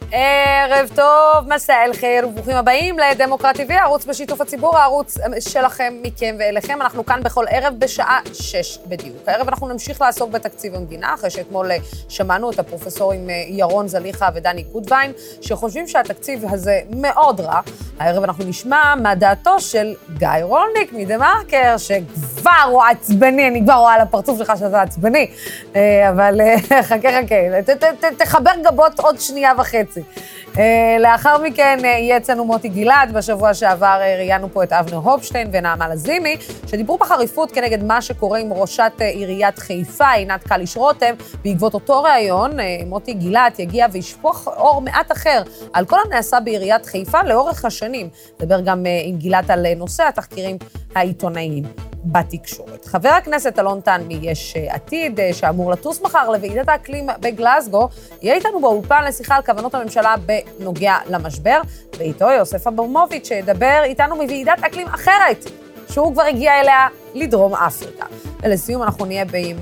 ערב טוב, מסע אל חיר, וברוכים הבאים לדמוקרטי TV, הערוץ בשיתוף הציבור, הערוץ שלכם, מכם ואליכם. אנחנו כאן בכל ערב בשעה 6 בדיוק. הערב אנחנו נמשיך לעסוק בתקציב המדינה, אחרי שאתמול שמענו את הפרופסורים ירון זליכה ודני גודווין, שחושבים שהתקציב הזה מאוד רע. הערב אנחנו נשמע מה דעתו של גיא רולניק מדמרקר, שכבר הוא עצבני, אני כבר רואה על הפרצוף שלך שאתה עצבני, אבל חכה, תחבר גבות עוד שנייה וחצי. לאחר מכן יהיה אצלנו מוטי גילת, בשבוע שעבר ראיינו פה את אבנר הופשטיין ונעמה לזימי, שדיברו בחריפות כנגד מה שקורה עם ראשת עיריית חיפה, עינת קליש רותם. בעקבות אותו ראיון, מוטי גילת יגיע וישפוך אור מעט אחר על כל הנעשה בעיריית חיפה לאורך השנים. נדבר גם עם גילת על נושא התחקירים העיתונאיים בתקשורת. חבר הכנסת אלון טל מיש עתיד, שאמור לטוס מחר לוועידת האקלים בגלזגו, יהיה איתנו באולפן לשיחה על כוונות הממשלה בנוגע למשבר, ואיתו יוסף אברמוביץ' שידבר איתנו מוועידת אקלים אחרת, שהוא כבר הגיע אליה לדרום אפריקה. ולסיום אנחנו נהיה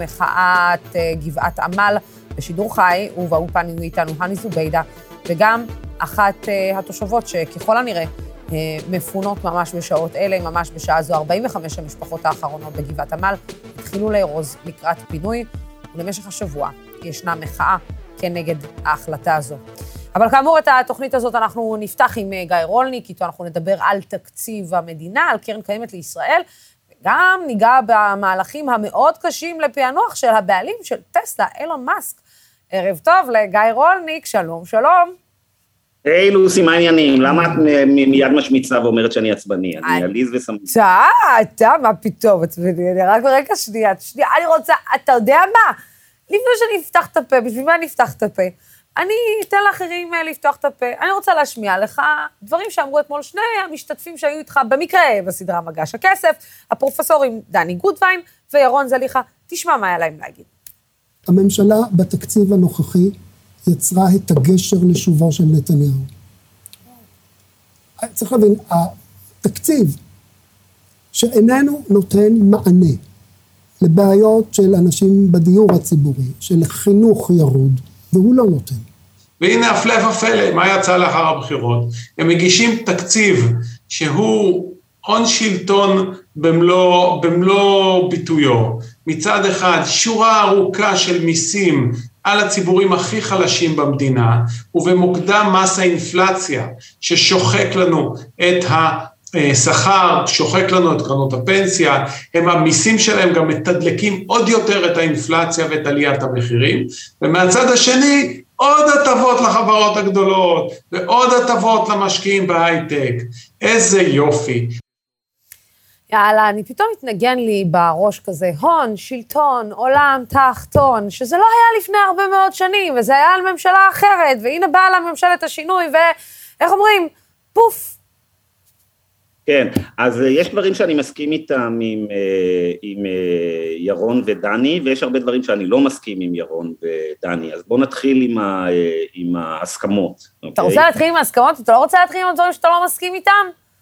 במחאת גבעת עמל בשידור חי, ובאולפן יהיו איתנו הני זוביידה, וגם אחת התושבות שככל הנראה מפונות ממש בשעות אלה, ממש בשעה זו 45 המשפחות האחרונות בגבעת עמל התחילו לארוז לקראת פינוי, ולמשך השבוע ישנה מחאה כנגד ההחלטה הזו. אבל כאמור את התוכנית הזאת אנחנו נפתח עם גיא רולניק, איתו אנחנו נדבר על תקציב המדינה, על קרן קיימת לישראל, וגם ניגע במהלכים המאוד קשים לפענוח של הבעלים של טסלה, אילון מאסק. ערב טוב לגיא רולניק, שלום, שלום. היי לוסי, מה העניינים? למה את מיד משמיצה ואומרת שאני עצבני? אני עליז וסמוץ. אתה, מה פתאום עצבני? אני רק רגע שנייה, אני רוצה, אתה יודע מה? לפני שאני אפתח את הפה, בשביל מה אני אפתח את הפה? אני אתן לאחרים לפתוח את הפה. אני רוצה להשמיע לך דברים שאמרו אתמול שני המשתתפים שהיו איתך במקרה בסדרה מגש הכסף, הפרופסורים דני גודווין וירון זליכה. תשמע מה היה להם להגיד. הממשלה בתקציב הנוכחי יצרה את הגשר לשובו של נתניהו. צריך להבין, התקציב שאיננו נותן מענה לבעיות של אנשים בדיור הציבורי, של חינוך ירוד, והוא לא נותן. והנה הפלא ופלא, מה יצא לאחר הבחירות? הם מגישים תקציב שהוא הון שלטון במלוא ביטויו. מצד אחד, שורה ארוכה של מיסים על הציבורים הכי חלשים במדינה, ובמוקדם מס האינפלציה, ששוחק לנו את השכר, שוחק לנו את קרנות הפנסיה, הם המיסים שלהם גם מתדלקים עוד יותר את האינפלציה ואת עליית המחירים, ומהצד השני, עוד הטבות לחברות הגדולות, ועוד הטבות למשקיעים בהייטק. איזה יופי. יאללה, אני פתאום מתנגן לי בראש כזה, הון, שלטון, עולם, תחתון, שזה לא היה לפני הרבה מאוד שנים, וזה היה על ממשלה אחרת, והנה באה לה ממשלת השינוי, ואיך אומרים, פוף. כן, אז יש דברים שאני מסכים איתם עם ירון ודני, ויש הרבה דברים שאני לא מסכים עם ירון ודני, אז בואו נתחיל עם ההסכמות. אתה רוצה להתחיל עם ההסכמות? אתה לא רוצה להתחיל עם הדברים שאתה לא מסכים איתם?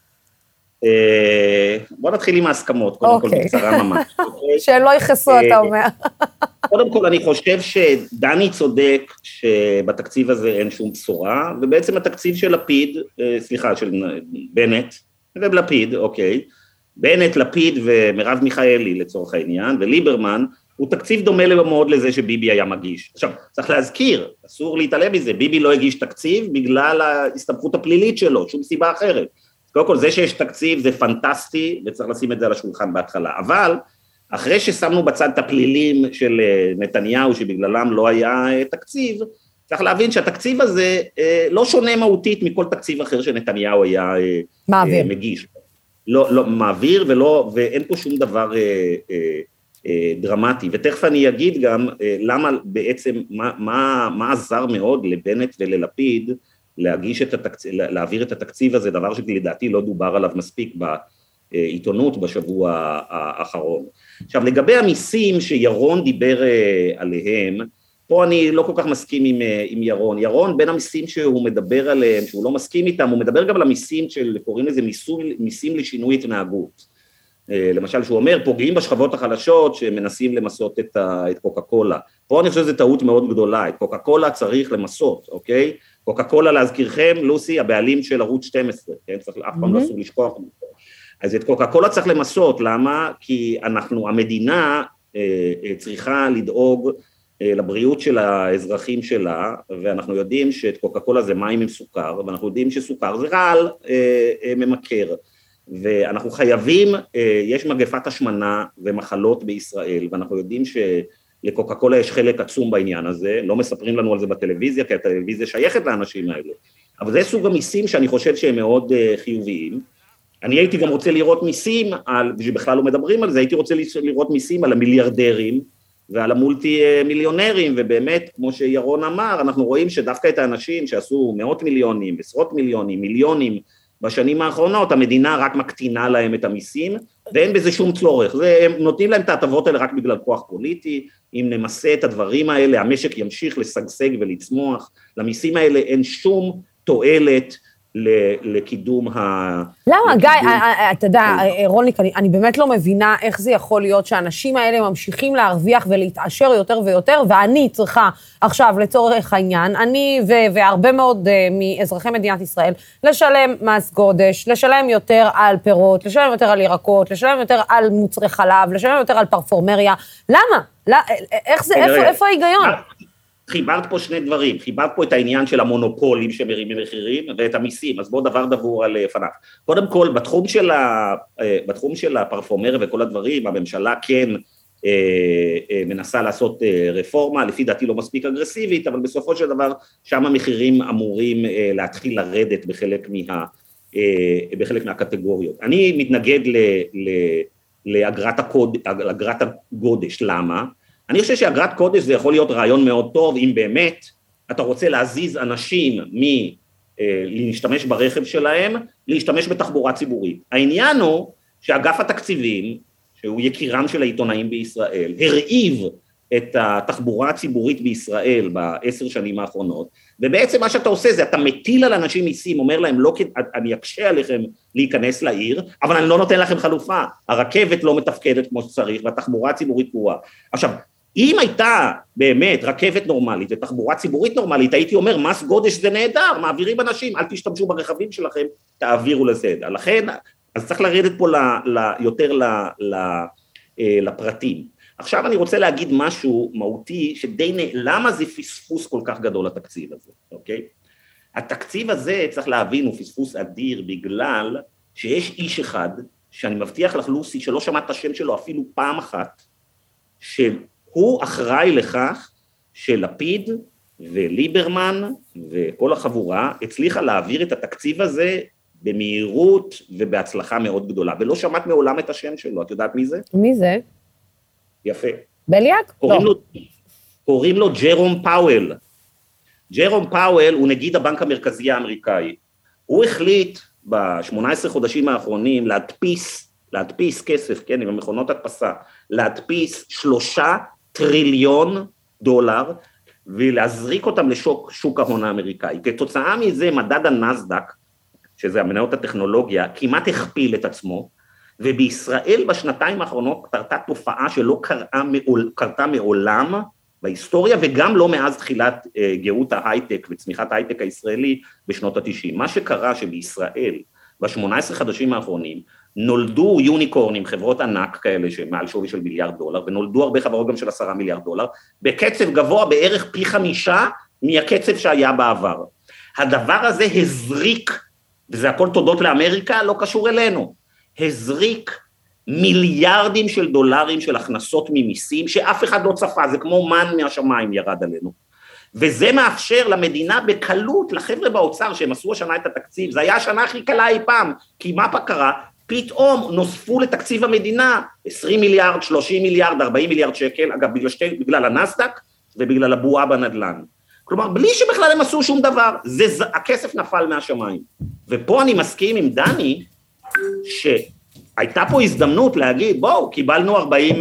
בוא נתחיל עם ההסכמות, קודם כל בקצרה ממש. שלא יחסו, אתה אומר. קודם כל אני חושב שדני צודק שבתקציב הזה אין שום בשורה, ובעצם התקציב של לפיד, סליחה, של בנט ולפיד, אוקיי, בנט, לפיד ומרב מיכאלי לצורך העניין, וליברמן, הוא תקציב דומה מאוד לזה שביבי היה מגיש. עכשיו, צריך להזכיר, אסור להתעלם מזה, ביבי לא הגיש תקציב בגלל ההסתבכות הפלילית שלו, שום סיבה אחרת. קודם כל, זה שיש תקציב זה פנטסטי, וצריך לשים את זה על השולחן בהתחלה, אבל אחרי ששמנו בצד את הפלילים של נתניהו, שבגללם לא היה תקציב, צריך להבין שהתקציב הזה לא שונה מהותית מכל תקציב אחר שנתניהו היה מגיש. לא מעביר, ואין פה שום דבר דרמטי, ותכף אני אגיד גם למה בעצם, מה עזר מאוד לבנט וללפיד, להעביר את התקציב הזה, דבר שלדעתי לא דובר עליו מספיק בעיתונות בשבוע האחרון. עכשיו, לגבי המיסים שירון דיבר עליהם, פה אני לא כל כך מסכים עם ירון. ירון, בין המיסים שהוא מדבר עליהם, שהוא לא מסכים איתם, הוא מדבר גם על המיסים קוראים לזה מיסים לשינוי התנהגות. למשל שהוא אומר, פוגעים בשכבות החלשות שמנסים למסות את קוקה קולה. פה אני חושב שזו טעות מאוד גדולה, את קוקה קולה צריך למסות, אוקיי? קוקה קולה להזכירכם, לוסי, הבעלים של ערוץ 12, כן? צריך, אף פעם לא אסור לשכוח. אז את קוקה קולה צריך למסות, למה? כי המדינה צריכה לדאוג לבריאות של האזרחים שלה, ואנחנו יודעים שאת קוקה קולה זה מים עם סוכר, ואנחנו יודעים שסוכר זה רעל ממכר. ואנחנו חייבים, יש מגפת השמנה ומחלות בישראל, ואנחנו יודעים שלקוקה קולה יש חלק עצום בעניין הזה, לא מספרים לנו על זה בטלוויזיה, כי הטלוויזיה שייכת לאנשים האלה, אבל זה סוג המיסים שאני חושב שהם מאוד חיוביים. אני הייתי גם רוצה לראות מיסים, שבכלל לא מדברים על זה, הייתי רוצה לראות מיסים על המיליארדרים, ועל המולטי מיליונרים, ובאמת, כמו שירון אמר, אנחנו רואים שדווקא את האנשים שעשו מאות מיליונים, עשרות מיליונים, מיליונים, בשנים האחרונות, המדינה רק מקטינה להם את המיסים, ואין בזה שום צורך. הם נותנים להם את ההטבות האלה רק בגלל כוח פוליטי, אם נמסה את הדברים האלה, המשק ימשיך לשגשג ולצמוח, למיסים האלה אין שום תועלת לקידום למה, גיא, אתה יודע, רוניק, אני באמת לא מבינה איך זה יכול להיות שהאנשים האלה ממשיכים להרוויח ולהתעשר יותר ויותר, ואני צריכה עכשיו לצורך העניין, אני והרבה מאוד מאזרחי מדינת ישראל, לשלם מס גודש, לשלם יותר על פירות, לשלם יותר על ירקות, לשלם יותר על מוצרי חלב, לשלם יותר על פרפורמריה. למה? איך זה, איפה ההיגיון? חיברת פה שני דברים, חיברת פה את העניין של המונופולים שמרימים מחירים, ואת המיסים, אז בואו דבר דבור על פניו. קודם כל, בתחום של הפרפומר וכל הדברים, הממשלה כן מנסה לעשות רפורמה, לפי דעתי לא מספיק אגרסיבית, אבל בסופו של דבר, שם המחירים אמורים להתחיל לרדת בחלק מהקטגוריות. אני מתנגד לאגרת הגודש, למה? אני חושב שאגרת קודש זה יכול להיות רעיון מאוד טוב, אם באמת אתה רוצה להזיז אנשים להשתמש ברכב שלהם, להשתמש בתחבורה ציבורית. העניין הוא שאגף התקציבים, שהוא יקירם של העיתונאים בישראל, הרעיב את התחבורה הציבורית בישראל ב10 שנים האחרונות, ובעצם מה שאתה עושה זה, אתה מטיל על אנשים מיסים, אומר להם, לא, אני אקשה עליכם להיכנס לעיר, אבל אני לא נותן לכם חלופה, הרכבת לא מתפקדת כמו שצריך, והתחבורה הציבורית גרועה. עכשיו, אם הייתה באמת רכבת נורמלית ותחבורה ציבורית נורמלית, הייתי אומר, מס גודש זה נהדר, מעבירים אנשים, אל תשתמשו ברכבים שלכם, תעבירו לזה. לכן, אז צריך לרדת פה יותר לפרטים. עכשיו אני רוצה להגיד משהו מהותי, למה זה פספוס כל כך גדול התקציב הזה, אוקיי? התקציב הזה, צריך להבין, הוא פספוס אדיר, בגלל שיש איש אחד, שאני מבטיח לך, לוסי, שלא שמעת את השם שלו אפילו פעם אחת, שהוא אחראי לכך שלפיד וליברמן וכל החבורה הצליחה להעביר את התקציב הזה במהירות ובהצלחה מאוד גדולה, ולא שמעת מעולם את השם שלו, את יודעת מי זה? מי זה? יפה. בליאק? קוראים לו ג'רום פאוול. ג'רום פאוול הוא נגיד הבנק המרכזי האמריקאי. הוא החליט ב-18 חודשים האחרונים להדפיס כסף, כן, עם המכונות הדפסה, להדפיס 3 טריליון דולר, ולהזריק אותם לשוק ההון האמריקאי. כתוצאה מזה מדד הנסדק, שזה המניות הטכנולוגיה, כמעט הכפיל את עצמו, ובישראל בשנתיים האחרונות קרתה תופעה שלא קרתה מעולם בהיסטוריה, וגם לא מאז תחילת גאות ההייטק וצמיחת ההייטק הישראלי בשנות ה-90. מה שקרה שבישראל, ב-18 חודשים האחרונים, נולדו יוניקורנים, חברות ענק כאלה שמעל שווי של $1 מיליארד, ונולדו הרבה חברות גם של $10 מיליארד, בקצב גבוה בערך פי 5 מהקצב שהיה בעבר. הדבר הזה הזריק, וזה הכל תודות לאמריקה, לא קשור אלינו, הזריק מיליארדים של דולרים של הכנסות ממיסים, שאף אחד לא צפה, זה כמו מן מהשמיים ירד עלינו. וזה מאפשר למדינה בקלות, לחבר'ה באוצר שהם עשו השנה את התקציב, זה היה השנה הכי קלה אי פעם, כי מה קרה? פתאום נוספו לתקציב המדינה 20 מיליארד, 30 מיליארד, 40 מיליארד שקל, אגב בגלל הנסדק ובגלל הבועה בנדלן. כלומר, בלי שבכלל הם עשו שום דבר, הכסף נפל מהשמיים. ופה אני מסכים עם דני, שהייתה פה הזדמנות להגיד, בואו, קיבלנו 40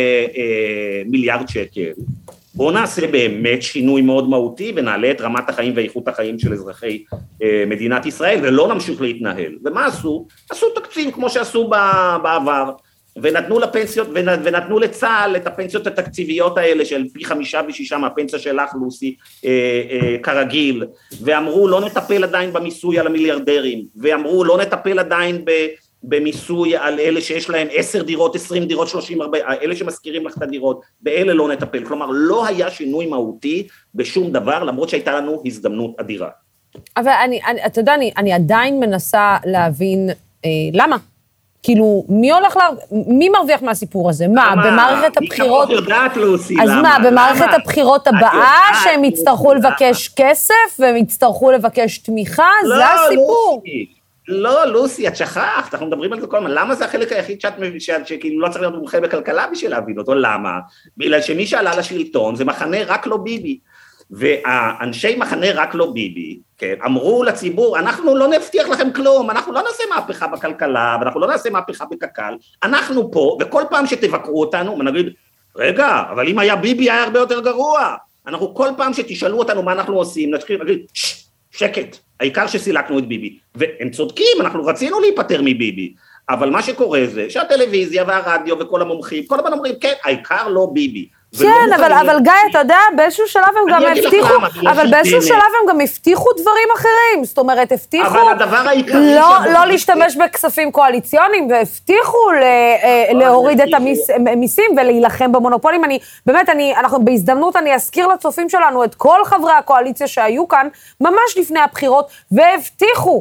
מיליארד שקל, בואו נעשה באמת שינוי מאוד מהותי, ונעלה את רמת החיים ואיכות החיים של אזרחי מדינת ישראל, ולא נמשיך להתנהל. ומה עשו? עשו תקציב כמו שעשו בעבר, ונתנו לפנסיות, ונתנו לצה"ל את הפנסיות התקציביות האלה של פי 5 ו6 מהפנסיה שלך, לוסי, כרגיל, ואמרו לא נטפל עדיין במיסוי על המיליארדרים, ואמרו לא נטפל עדיין במיסוי על אלה שיש להם 10 דירות, 20 דירות, 30, 40, אלה שמזכירים לך את הדירות, באלה לא נטפל, כלומר לא היה שינוי מהותי בשום דבר, למרות שהייתה לנו הזדמנות אדירה. אבל אתה יודע, אני עדיין מנסה להבין למה. כאילו, מי מרוויח מהסיפור הזה? מה, במערכת הבחירות... היא יודעת לוסי, אז מה, במערכת הבחירות הבאה, שהם יצטרכו לבקש כסף, והם יצטרכו לבקש תמיכה? זה הסיפור. לא, לוסי, את שכחת, אנחנו מדברים על זה כל הזמן, למה זה החלק היחיד שכאילו לא צריך להיות מומחה בכלכלה בשביל להבין אותו? למה? בגלל שמי שעלה לשלטון זה מחנה רק לא ביבי. והאנשי מחנה רק לא ביבי, כן, אמרו לציבור, אנחנו לא נבטיח לכם כלום, אנחנו לא נעשה מהפכה בכלכלה, ואנחנו לא נעשה מהפכה בקק"ל, אנחנו פה, וכל פעם שתבקרו אותנו, ונגיד, רגע, אבל אם היה ביבי היה הרבה יותר גרוע, אנחנו כל פעם שתשאלו אותנו מה אנחנו עושים, נגיד, שקט, העיקר שסילקנו את ביבי, והם צודקים, אנחנו רצינו להיפטר מביבי, אבל מה שקורה זה שהטלוויזיה והרדיו וכל המומחים, כל הזמן אומרים, כן, העיקר לא ביבי, כן, אבל גיא, אתה יודע, באיזשהו שלב הם גם הבטיחו, אבל באיזשהו שלב הם גם הבטיחו דברים אחרים, זאת אומרת, הבטיחו לא להשתמש בכספים קואליציוניים, והבטיחו להוריד את המיסים ולהילחם במונופולים. באמת, אנחנו בהזדמנות, אני אזכיר לצופים שלנו את כל חברי הקואליציה שהיו כאן, ממש לפני הבחירות, והבטיחו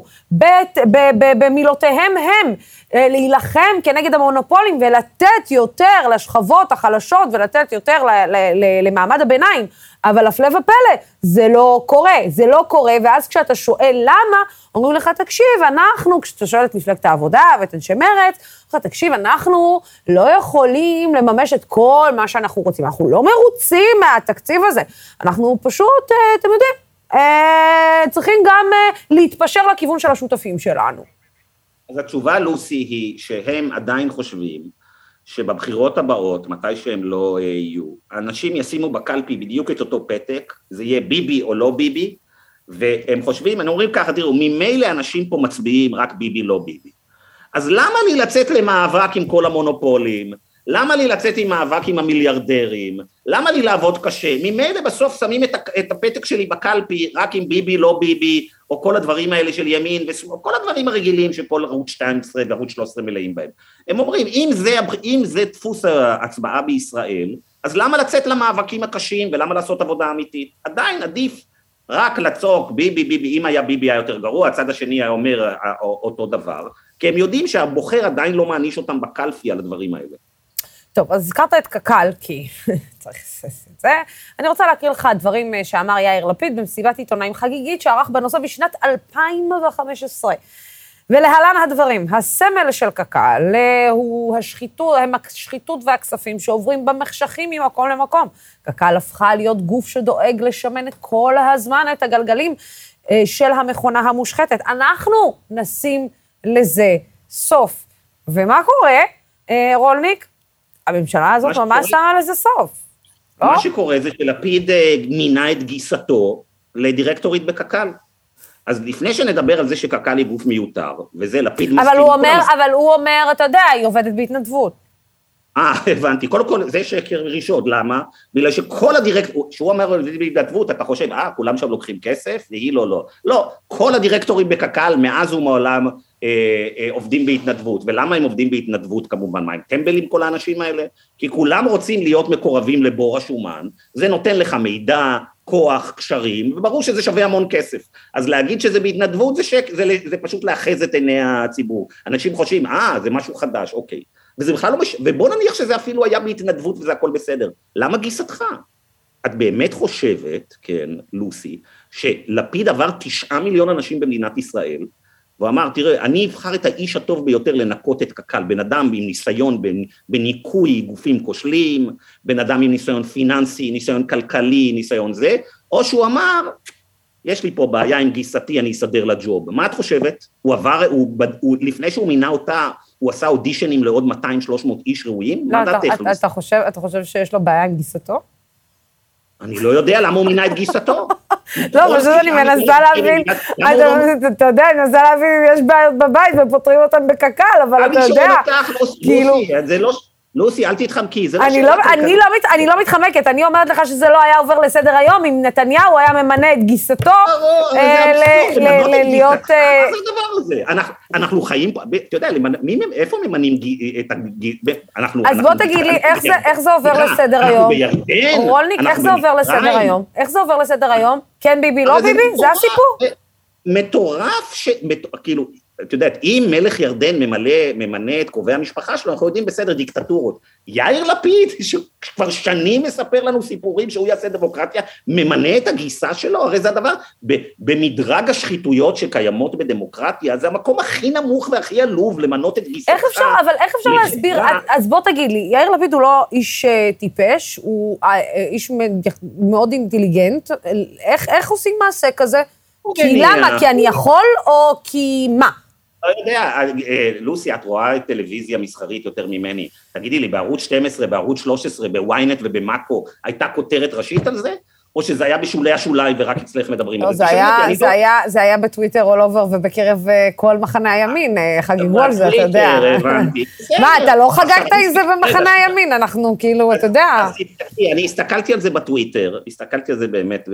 במילותיהם הם, להילחם כנגד המונופולים ולתת יותר לשכבות החלשות ולתת יותר למעמד הביניים, אבל הפלא ופלא, זה לא קורה, ואז כשאתה שואל למה, אומרים לך, תקשיב, כשאתה שואל את מפלגת העבודה ואת אנשי מרצ, תקשיב, אנחנו לא יכולים לממש את כל מה שאנחנו רוצים, אנחנו לא מרוצים מהתקציב הזה, אנחנו פשוט, אתם יודעים, צריכים גם להתפשר לכיוון של השותפים שלנו. אז התשובה, לוסי, היא שהם עדיין חושבים שבבחירות הבאות, מתי שהם לא יהיו, האנשים ישימו בקלפי בדיוק את אותו פתק, זה יהיה ביבי או לא ביבי, והם חושבים, אני אומרים ככה, תראו, ממילא אנשים פה מצביעים רק ביבי לא ביבי. אז למה לי לצאת למאבק עם כל המונופולים? למה לי לצאת עם מאבק עם המיליארדרים? למה לי לעבוד קשה? ממילא בסוף שמים את הפתק שלי בקלפי רק עם ביבי לא ביבי, או כל הדברים האלה של ימין, כל הדברים הרגילים שכל ערוץ 12 וערוץ 13 מלאים בהם. הם אומרים, אם זה דפוס ההצבעה בישראל, אז למה לצאת למאבקים הקשים, ולמה לעשות עבודה אמיתית? עדיין עדיף רק לצוק ביבי, ביבי, אם היה ביבי היה יותר גרוע, הצד השני היה אומר אותו דבר, כי הם יודעים שהבוחר עדיין לא מעניש אותם בקלפי על הדברים האלה. טוב, אז הזכרת את קק"ל, כי צריך לסס את זה. אני רוצה להקריא לך דברים שאמר יאיר לפיד במסיבת עיתונאים חגיגית שערך בנושא בשנת 2015. ולהלן הדברים, הסמל של קק"ל הוא השחיתות והכספים שעוברים במחשכים ממקום למקום. קק"ל הפכה להיות גוף שדואג לשמן את כל הזמן את הגלגלים של המכונה המושחתת. אנחנו נשים לזה סוף. ומה קורה, רולניק? הממשלה הזאת ממש שמה לזה סוף. מה שקורה זה שלפיד מינה את גיסתו לדירקטורית בקק"ל. אז לפני שנדבר על זה שקק"ל היא גוף מיותר, וזה לפיד מסכים... אבל הוא אומר, אתה יודע, היא עובדת בהתנדבות. הבנתי. קודם כל, זה שקר ראשון. למה? בגלל שכל הדירקטורים, שהוא אומר בהתנדבות, אתה חושב, כולם שם לוקחים כסף, והיא לא. לא, כל הדירקטורים בקק"ל, מאז ומעולם, עובדים בהתנדבות. ולמה הם עובדים בהתנדבות כמובן? מה, הם טמבלים כל האנשים האלה? כי כולם רוצים להיות מקורבים לבור השומן, זה נותן לך מידע, כוח, קשרים, וברור שזה שווה המון כסף. אז להגיד שזה בהתנדבות, זה פשוט לאחז את עיני הציבור. אנשים חושבים, זה משהו חדש, אוקיי. וזה בכלל לא ובוא נניח שזה אפילו היה בהתנדבות וזה הכל בסדר. למה גיסתך? את באמת חושבת, כן, לוסי, שלפיד עבר 9 מיליון אנשים במדינת ישראל, והוא אמר, תראה, אני אבחר את האיש הטוב ביותר לנקות את קק"ל, בן אדם עם ניסיון בניקוי גופים כושלים, בן אדם עם ניסיון פיננסי, ניסיון כלכלי, ניסיון זה, או שהוא אמר, יש לי פה בעיה עם גיסתי, אני אסדר לג'וב. מה את חושבת? לפני שהוא מינה אותה, הוא עשה אודישנים לעוד 200-300 איש ראויים? לא, אתה חושב שיש לו בעיה עם גיסתו? אני לא יודע למה הוא מינה את גיסתו. לא, פשוט אני מנסה להבין, אתה יודע, אני מנסה להבין אם יש בעיות בבית ופותרים אותם בקקל, אבל אתה יודע, כאילו... לוסי, אל תתחמקי, זה אני לא מתחמקת, אני אומרת לך שזה לא היה עובר לסדר היום, אם נתניהו היה ממנה את גיסתו להיות... מה זה הדבר הזה? אנחנו חיים פה, אתה יודע, איפה ממנים את... אז בוא תגיד לי, איך זה עובר לסדר היום? רולניק, איך זה עובר לסדר היום? איך זה עובר לסדר היום? כן ביבי, לא ביבי? זה הסיפור? מטורף, כאילו... את יודעת, אם מלך ירדן ממנה את קרובי המשפחה שלו, אנחנו יודעים בסדר דיקטטורות. יאיר לפיד, שכבר שנים מספר לנו סיפורים שהוא יעשה דמוקרטיה, ממנה את הגיסה שלו, הרי זה הדבר, במדרג השחיתויות שקיימות בדמוקרטיה, זה המקום הכי נמוך והכי עלוב למנות את גיסתך. אבל איך אפשר להסביר, אז בוא תגיד לי, יאיר לפיד הוא לא איש טיפש, הוא איש מאוד אינטליגנט, איך עושים מעשה כזה? כי למה? כי אני יכול או כי מה? לא יודע, לוסי, את רואה את טלוויזיה מסחרית יותר ממני. תגידי לי, בערוץ 12, בערוץ 13, בוויינט ובמאקו, הייתה כותרת ראשית על זה? או שזה היה בשולי השוליים ורק אצלך מדברים על זה? זה היה בטוויטר all over ובקרב כל מחנה הימין, חגיגו על זה, אתה יודע. מה, אתה לא חגגת עם זה במחנה הימין? אנחנו כאילו, אתה יודע. אני הסתכלתי על זה בטוויטר, הסתכלתי על זה באמת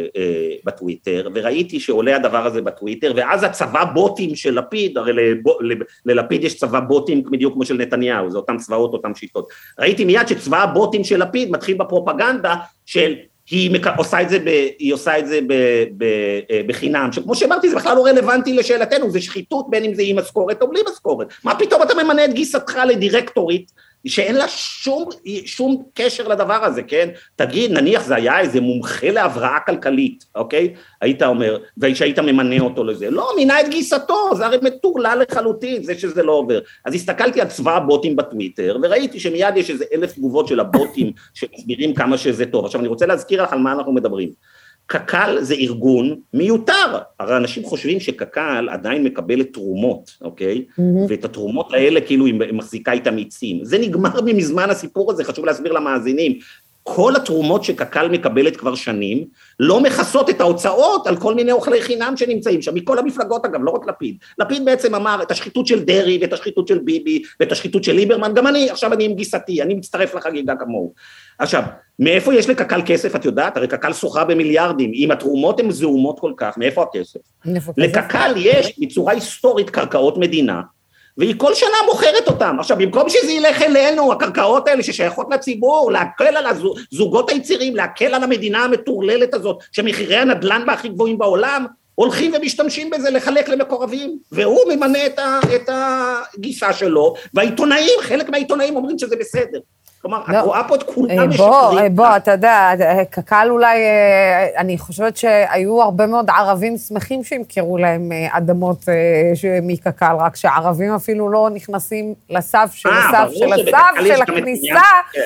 בטוויטר, וראיתי שעולה הדבר הזה בטוויטר, ואז הצבא בוטים של לפיד, הרי ללפיד יש צבא בוטים בדיוק כמו של נתניהו, זה אותם צבאות, אותם שיטות. ראיתי מיד שצבא הבוטים של לפיד מתחיל בפרופגנדה של היא עושה את זה בחינם, שכמו שאמרתי, זה בכלל לא רלוונטי לשאלתנו, זה שחיתות בין אם זה עם משכורת או בלי משכורת. מה פתאום אתה ממנה את גיסתך לדירקטורית, שאין לה שום קשר לדבר הזה, כן? תגיד, נניח זה היה איזה מומחה להבראה כלכלית, אוקיי? היית אומר, ושהיית ממנה אותו לזה. לא, מינה את גיסתו, זה הרי מטורלל לחלוטין, זה שזה לא עובר. אז הסתכלתי על צבא הבוטים בטוויטר, וראיתי שמיד יש איזה 1,000 תגובות של הבוטים, שמסבירים כמה שזה טוב. עכשיו, אני רוצה להזכיר לך על מה אנחנו מדברים. קק"ל זה ארגון מיותר, הרי אנשים חושבים שקק"ל עדיין מקבלת תרומות, אוקיי? ואת התרומות האלה כאילו היא מחזיקה איתם עצים, זה נגמר ממזמן הסיפור הזה, חשוב להסביר למאזינים, כל התרומות שקק"ל מקבלת כבר שנים, לא מכסות את ההוצאות על כל מיני אוכלי חינם שנמצאים שם, מכל המפלגות אגב, לא רק לפיד, לפיד בעצם אמר את השחיתות של דרי, ואת השחיתות של ביבי, ואת השחיתות של ליברמן, גם אני, עכשיו אני עם גיסתי, אני מצטרף לחגיגה כמוהו. עכשיו, מאיפה יש לקק"ל כסף, את יודעת? הרי קק"ל שוחה במיליארדים, אם התרומות הן זעומות כל כך, מאיפה הכסף? לקק"ל יש בצורה היסטורית קרקעות מדינה, והיא כל שנה מוכרת אותם. עכשיו, במקום שזה ילך אלינו, הקרקעות האלה ששייכות לציבור, להקל על הזוגות היצירים, להקל על המדינה המטורללת הזאת, שמחירי הנדל"ן בה הכי גבוהים בעולם, הולכים ומשתמשים בזה לחלק למקורבים, והוא ממנה את הגיסה שלו, והעיתונאים, חלק מהעיתונאים אומרים שזה בסדר. כלומר, את רואה פה את כולם משקרים. בוא, אתה יודע, קק"ל אולי, אני חושבת שהיו הרבה מאוד ערבים שמחים שימכרו להם אדמות מקק"ל, רק שהערבים אפילו לא נכנסים לסף של הסף של הסף של הכניסה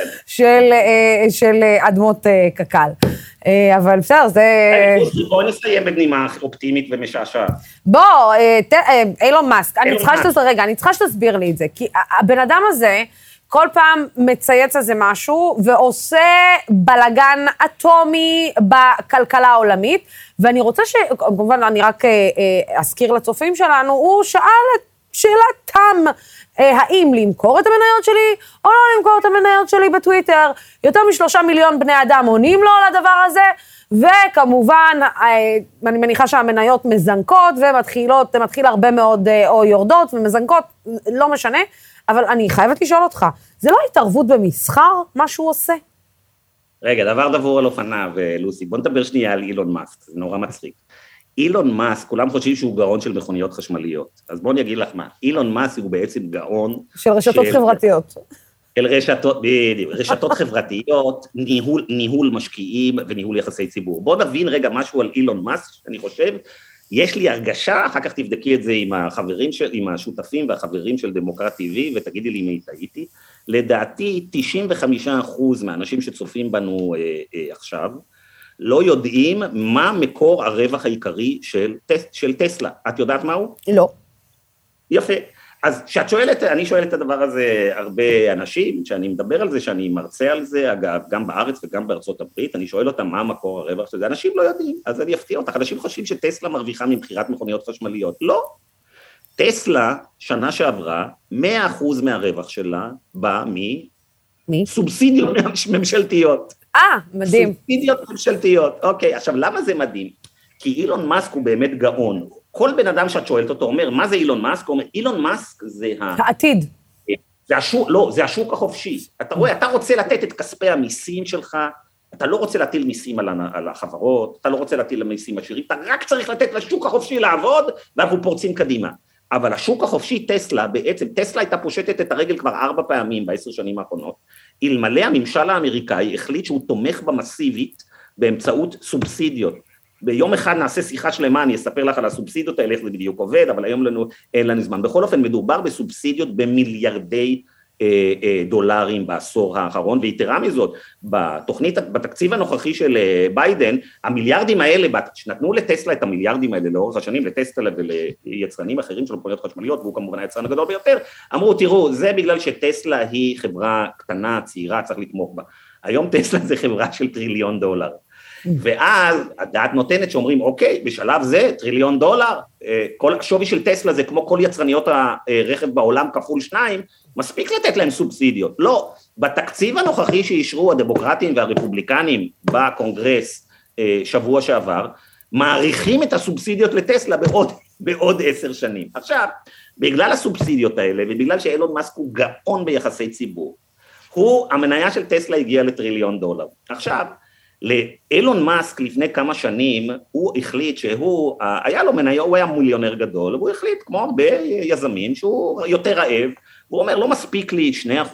של אדמות קק"ל. אבל בסדר, זה... בוא נסיים בנימה אופטימית ומשעשעת. בוא, אילון מאסק, אני צריכה שתסביר לי את זה, כי הבן אדם הזה, כל פעם מצייץ איזה משהו, ועושה בלגן אטומי בכלכלה העולמית, ואני רוצה כמובן אני רק אזכיר לצופים שלנו, הוא שאל את שאלתם, האם למכור את המניות שלי, או לא למכור את המניות שלי בטוויטר, יותר מ3 מיליון בני אדם עונים לו על הדבר הזה, וכמובן, אני מניחה שהמניות מזנקות, ומתחיל הרבה מאוד או יורדות ומזנקות, לא משנה, אבל אני חייבת לשאול אותך, זה לא התערבות במסחר, מה שהוא עושה? רגע, דבר דבור על אופניו, לוסי, בוא נדבר שנייה על אילון מאסק, זה נורא מצחיק. אילון מאסק, כולם חושבים שהוא גאון של מכוניות חשמליות, אז בוא אני אגיד לך מה, אילון מאסק הוא בעצם גאון... של רשתות חברתיות. של רשתות חברתיות, ניהול משקיעים וניהול יחסי ציבור. בוא נבין רגע משהו על אילון מאסק, אני חושב, יש לי הרגשה, אחר כך תבדקי את זה עם השותפים והחברים של דמוקרט TV, ותגידי לי מי טעיתי, לדעתי 95% מהאנשים שצופים בנו עכשיו, לא יודעים מה מקור הרווח העיקרי של טסלה. את יודעת מהו? לא. יפה. אז כשאת שואלת, אני שואל את הדבר הזה הרבה אנשים, שאני מדבר על זה, שאני מרצה על זה, אגב, גם בארץ וגם בארצות הברית, אני שואל אותם מה מקור הרווח של זה, אנשים לא יודעים, אז אני אפתיע אותך, אנשים חושבים שטסלה מרוויחה ממכירת מכוניות חשמליות, לא. טסלה, שנה שעברה, 100% מהרווח שלה בא מסובסידיות ממשלתיות. מדהים. סובסידיות ממשלתיות, אוקיי, עכשיו למה זה מדהים? כי אילון מאסק הוא באמת גאון. כל בן אדם שאת שואלת אותו אומר, מה זה אילון מאסק? הוא אומר, אילון מאסק זה העתיד. זה השוק החופשי. אתה רואה, אתה רוצה לתת את כספי המיסים שלך, אתה לא רוצה להטיל מיסים על החברות, אתה לא רוצה להטיל מיסים עשירים, אתה רק צריך לתת לשוק החופשי לעבוד, ואנחנו פורצים קדימה. אבל השוק החופשי טסלה, בעצם טסלה הייתה פושטת את הרגל כבר 4 פעמים ב10 שנים האחרונות, אלמלא הממשל האמריקאי החליט שהוא תומך במסיבית באמצעות סובסידיות. ביום אחד נעשה שיחה שלמה, אני אספר לך על הסובסידיות האלה, איך זה בדיוק עובד, אבל היום אין לנו זמן. בכל אופן, מדובר בסובסידיות במיליארדי דולרים בעשור האחרון, ויתרה מזאת, בתקציב הנוכחי של ביידן, המיליארדים האלה, שנתנו לטסלה את המיליארדים האלה לאורך השנים, לטסלה וליצרנים אחרים של מכוניות חשמליות, והוא כמובן היצרן הגדול ביותר, אמרו, תראו, זה בגלל שטסלה היא חברה קטנה, צעירה, צריך לתמוך בה. היום טסלה זה חברה של $1 טריליון. ואז הדעת נותנת שאומרים, אוקיי, בשלב זה $1 טריליון, כל השווי של טסלה זה כמו כל יצרניות הרכב בעולם כפול 2, מספיק לתת להם סובסידיות. לא, בתקציב הנוכחי שאישרו הדמוקרטים והרפובליקנים בקונגרס שבוע שעבר, מעריכים את הסובסידיות לטסלה בעוד 10 שנים. עכשיו, בגלל הסובסידיות האלה, ובגלל שאילון מאסק הוא גאון ביחסי ציבור, המניה של טסלה הגיעה $1 טריליון. עכשיו, לאילון מאסק לפני כמה שנים, הוא החליט שהוא, היה לו מניה, הוא היה מיליונר גדול, והוא החליט, כמו הרבה יזמים, שהוא יותר רעב, הוא אומר, לא מספיק לי 2%, 3%,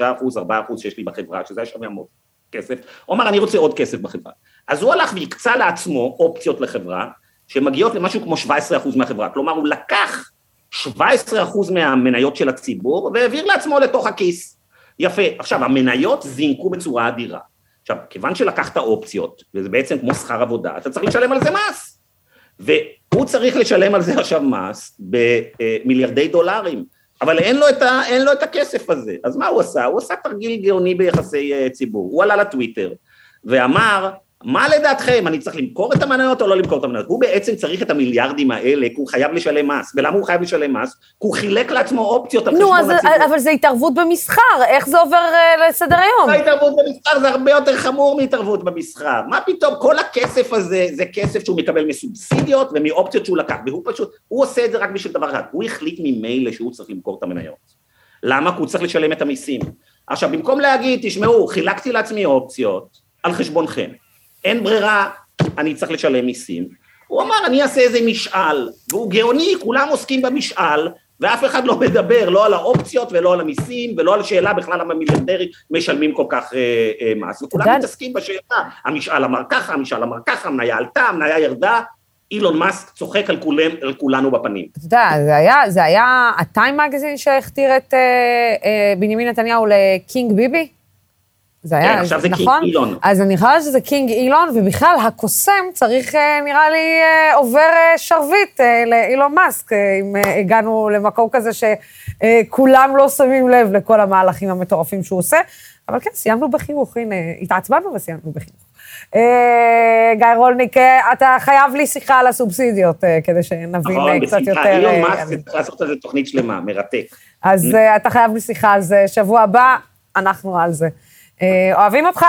4% שיש לי בחברה, שזה היה שווה מאוד כסף, הוא אומר, אני רוצה עוד כסף בחברה. אז הוא הלך והקצה לעצמו אופציות לחברה, שמגיעות למשהו כמו 17% מהחברה, כלומר, הוא לקח 17% מהמניות של הציבור, והעביר לעצמו לתוך הכיס. יפה, עכשיו, המניות זינקו בצורה אדירה. עכשיו, כיוון שלקחת אופציות, וזה בעצם כמו שכר עבודה, אתה צריך לשלם על זה מס, והוא צריך לשלם על זה עכשיו מס במיליארדי דולרים, אבל אין לו את הכסף הזה. אז מה הוא עשה? הוא עשה תרגיל גאוני ביחסי ציבור, הוא עלה לטוויטר, ואמר, מה לדעתכם, אני צריך למכור את המניות או לא למכור את המניות? הוא בעצם צריך את המיליארדים האלה, כי הוא חייב לשלם מס. ולמה הוא חייב לשלם מס? כי הוא חילק לעצמו אופציות על חשבון הציבור. אבל זה התערבות במסחר, איך זה עובר לסדר היום? התערבות במסחר זה הרבה יותר חמור מהתערבות במסחר. מה פתאום? כל הכסף הזה, זה כסף שהוא מקבל מסובסידיות ומאופציות שהוא לקח, והוא פשוט, הוא עושה את זה רק בשביל דבר אחד, הוא החליט ממילא שהוא צריך למכור את המניות. למה? כי הוא צריך לשלם את המיסים. עכשיו, במקום להגיד, תשמעו, חילקתי לעצמי אופציות על חשבונכם. אין ברירה, אני צריך לשלם מיסים. הוא אמר, אני אעשה איזה משאל, והוא גאוני, כולם עוסקים במשאל, ואף אחד לא מדבר, לא על האופציות, ולא על המיסים, ולא על שאלה בכלל למה מיליארדרים משלמים כל כך מס, וכולם מתעסקים בשאלה, המשאל אמר ככה, המשאל אמר ככה, המניה עלתה, המניה ירדה, אילון מאסק צוחק על כולנו בפנים. אתה יודע, זה היה הטיים מגזין שהכתיר את בנימין נתניהו לקינג ביבי? זה היה, עכשיו זה נכון? קינג אילון. אז אני חושבת שזה קינג אילון, ובכלל הקוסם צריך, נראה לי, עובר שרביט לאילון מאסק, אם הגענו למקום כזה שכולם לא שמים לב לכל המהלכים המטורפים שהוא עושה, אבל כן, סיימנו בחיוך, הנה, התעצבנו וסיימנו בחיוך. גיא רולניק, אתה חייב לי שיחה על הסובסידיות, כדי שנבין קצת יותר. אילון מאסק צריך לעשות על זה תוכנית שלמה, מרתק. אז אתה חייב לי שיחה על זה, שבוע הבא, אנחנו על זה. אוהבים אותך,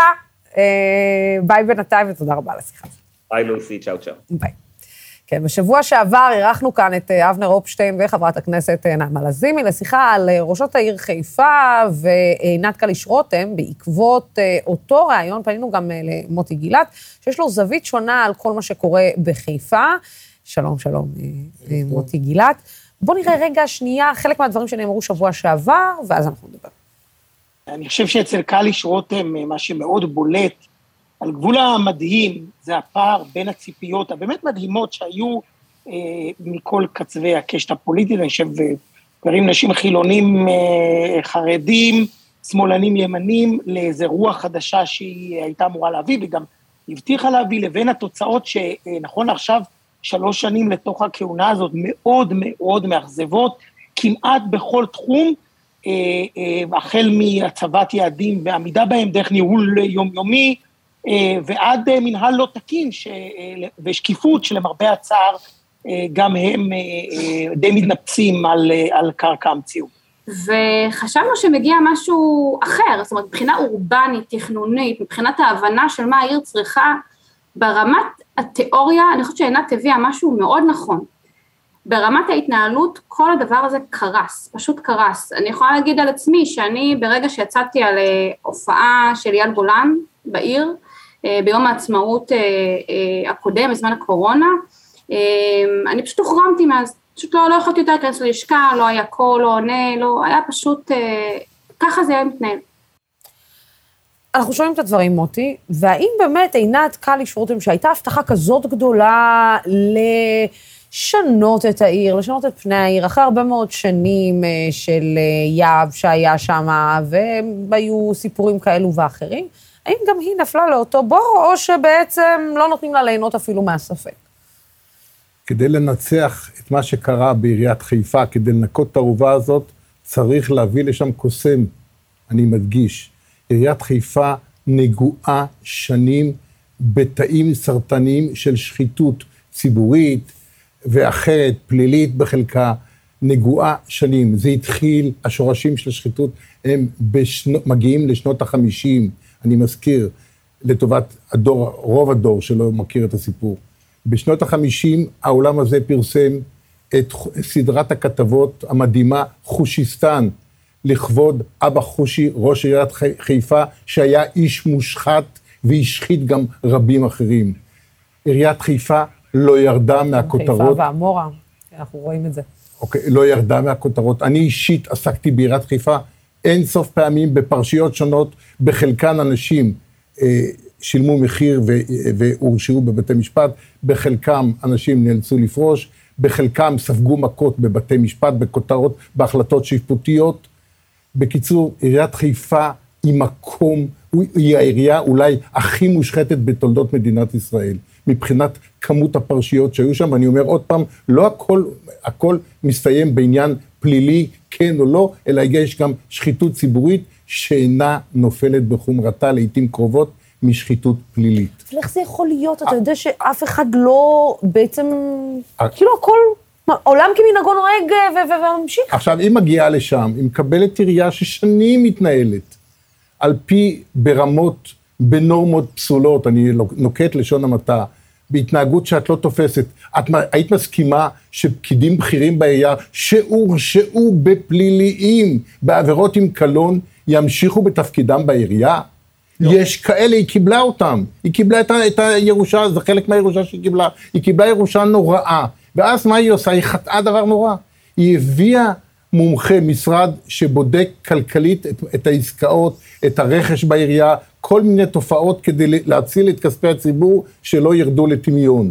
ביי בינתיים ותודה רבה על השיחה. ביי לוסי, צ'או צ'או. ביי. כן, בשבוע שעבר אירחנו כאן את אבנר אופשטיין וחברת הכנסת נעמה לזימי לשיחה על ראשות העיר חיפה ועינת קליש רותם, בעקבות אותו ראיון פנינו גם למוטי גילת, שיש לו זווית שונה על כל מה שקורה בחיפה. שלום, שלום, מוטי גילת. בוא נראה רגע שנייה חלק מהדברים שנאמרו שבוע שעבר, ואז אנחנו נדבר. אני חושב שאצל קליש רותם, מה שמאוד בולט, על גבול המדהים, זה הפער בין הציפיות הבאמת מדהימות שהיו מכל קצווי הקשת הפוליטית, אני חושב, גרים נשים חילונים, חרדים, שמאלנים ימנים, לאיזו רוח חדשה שהיא הייתה אמורה להביא, וגם הבטיחה להביא, לבין התוצאות שנכון עכשיו, 3 שנים לתוך הכהונה הזאת, מאוד מאוד מאכזבות, כמעט בכל תחום, החל מהצבת יעדים ועמידה בהם, דרך ניהול יומיומי, ועד מנהל לא תקין ושקיפות שלמרבה הצער, גם הם די מתנפצים על קרקע המציאות. וחשבנו שמגיע משהו אחר, זאת אומרת, מבחינה אורבנית, תכנונית, מבחינת ההבנה של מה העיר צריכה, ברמת התיאוריה, אני חושבת שעינת הביאה משהו מאוד נכון. ברמת ההתנהלות, כל הדבר הזה קרס, פשוט קרס. אני יכולה להגיד על עצמי שאני ברגע שיצאתי על הופעה של אייל גולן בעיר, ביום העצמאות הקודם, בזמן הקורונה, אני פשוט הוחרמתי מאז, פשוט לא יכולתי יותר להיכנס ללשכה, לא היה קול, לא עונה, לא, היה פשוט, ככה זה היה מתנהל. אנחנו שומעים את הדברים, מוטי, והאם באמת עינת קל לשרותם שהייתה הבטחה כזאת גדולה לשנות את העיר, לשנות את פני העיר, אחרי הרבה מאוד שנים של יעב שהיה שם, והיו סיפורים כאלו ואחרים, האם גם היא נפלה לאותו בור, או שבעצם לא נותנים לה ליהנות אפילו מהספק? כדי לנצח את מה שקרה בעיריית חיפה, כדי לנקות את הערובה הזאת, צריך להביא לשם קוסם, אני מדגיש. עיריית חיפה נגועה שנים בתאים סרטניים של שחיתות ציבורית ואחרת, פלילית בחלקה, נגועה שנים. זה התחיל, השורשים של השחיתות הם מגיעים לשנות ה-50, אני מזכיר, לטובת הדור, רוב הדור שלא מכיר את הסיפור. בשנות ה-50 העולם הזה פרסם את סדרת הכתבות המדהימה חושיסטן, לכבוד אבא חושי, ראש עיריית חיפה, שהיה איש מושחת והשחית גם רבים אחרים. עיריית חיפה לא ירדה מהכותרות. חיפה והמורה, אנחנו רואים את זה. אוקיי, לא ירדה מהכותרות. אני אישית עסקתי בעיריית חיפה אין סוף פעמים בפרשיות שונות, בחלקן אנשים שילמו מחיר והורשעו בבתי משפט, בחלקם אנשים נאלצו לפרוש, בחלקם ספגו מכות בבתי משפט, בכותרות, בהחלטות שיפוטיות. בקיצור, עיריית חיפה היא מקום, היא העירייה אולי הכי מושחתת בתולדות מדינת ישראל, מבחינת כמות הפרשיות שהיו שם, ואני אומר עוד פעם, לא הכל מסתיים בעניין פלילי, כן או לא, אלא יש גם שחיתות ציבורית שאינה נופלת בחומרתה לעתים קרובות משחיתות פלילית. אבל איך זה יכול להיות? אתה יודע שאף אחד לא בעצם, כאילו הכל עולם כמנהגו נוהג וממשיך. עכשיו, היא מגיעה לשם, היא מקבלת עירייה ששנים מתנהלת, על פי ברמות, בנורמות פסולות, אני נוקט לשון המעטה, בהתנהגות שאת לא תופסת. את היית מסכימה שפקידים בכירים בעירייה שהורשעו בפליליים, בעבירות עם קלון, ימשיכו בתפקידם בעירייה? לא. יש כאלה, היא קיבלה אותם. היא קיבלה את הירושה, זה חלק מהירושה שהיא קיבלה. היא קיבלה ירושה נוראה. ואז מה היא עושה? היא חטאה דבר נורא. היא הביאה מומחה, משרד שבודק כלכלית את העסקאות, את הרכש בעירייה, כל מיני תופעות כדי להציל את כספי הציבור שלא ירדו לטמיון.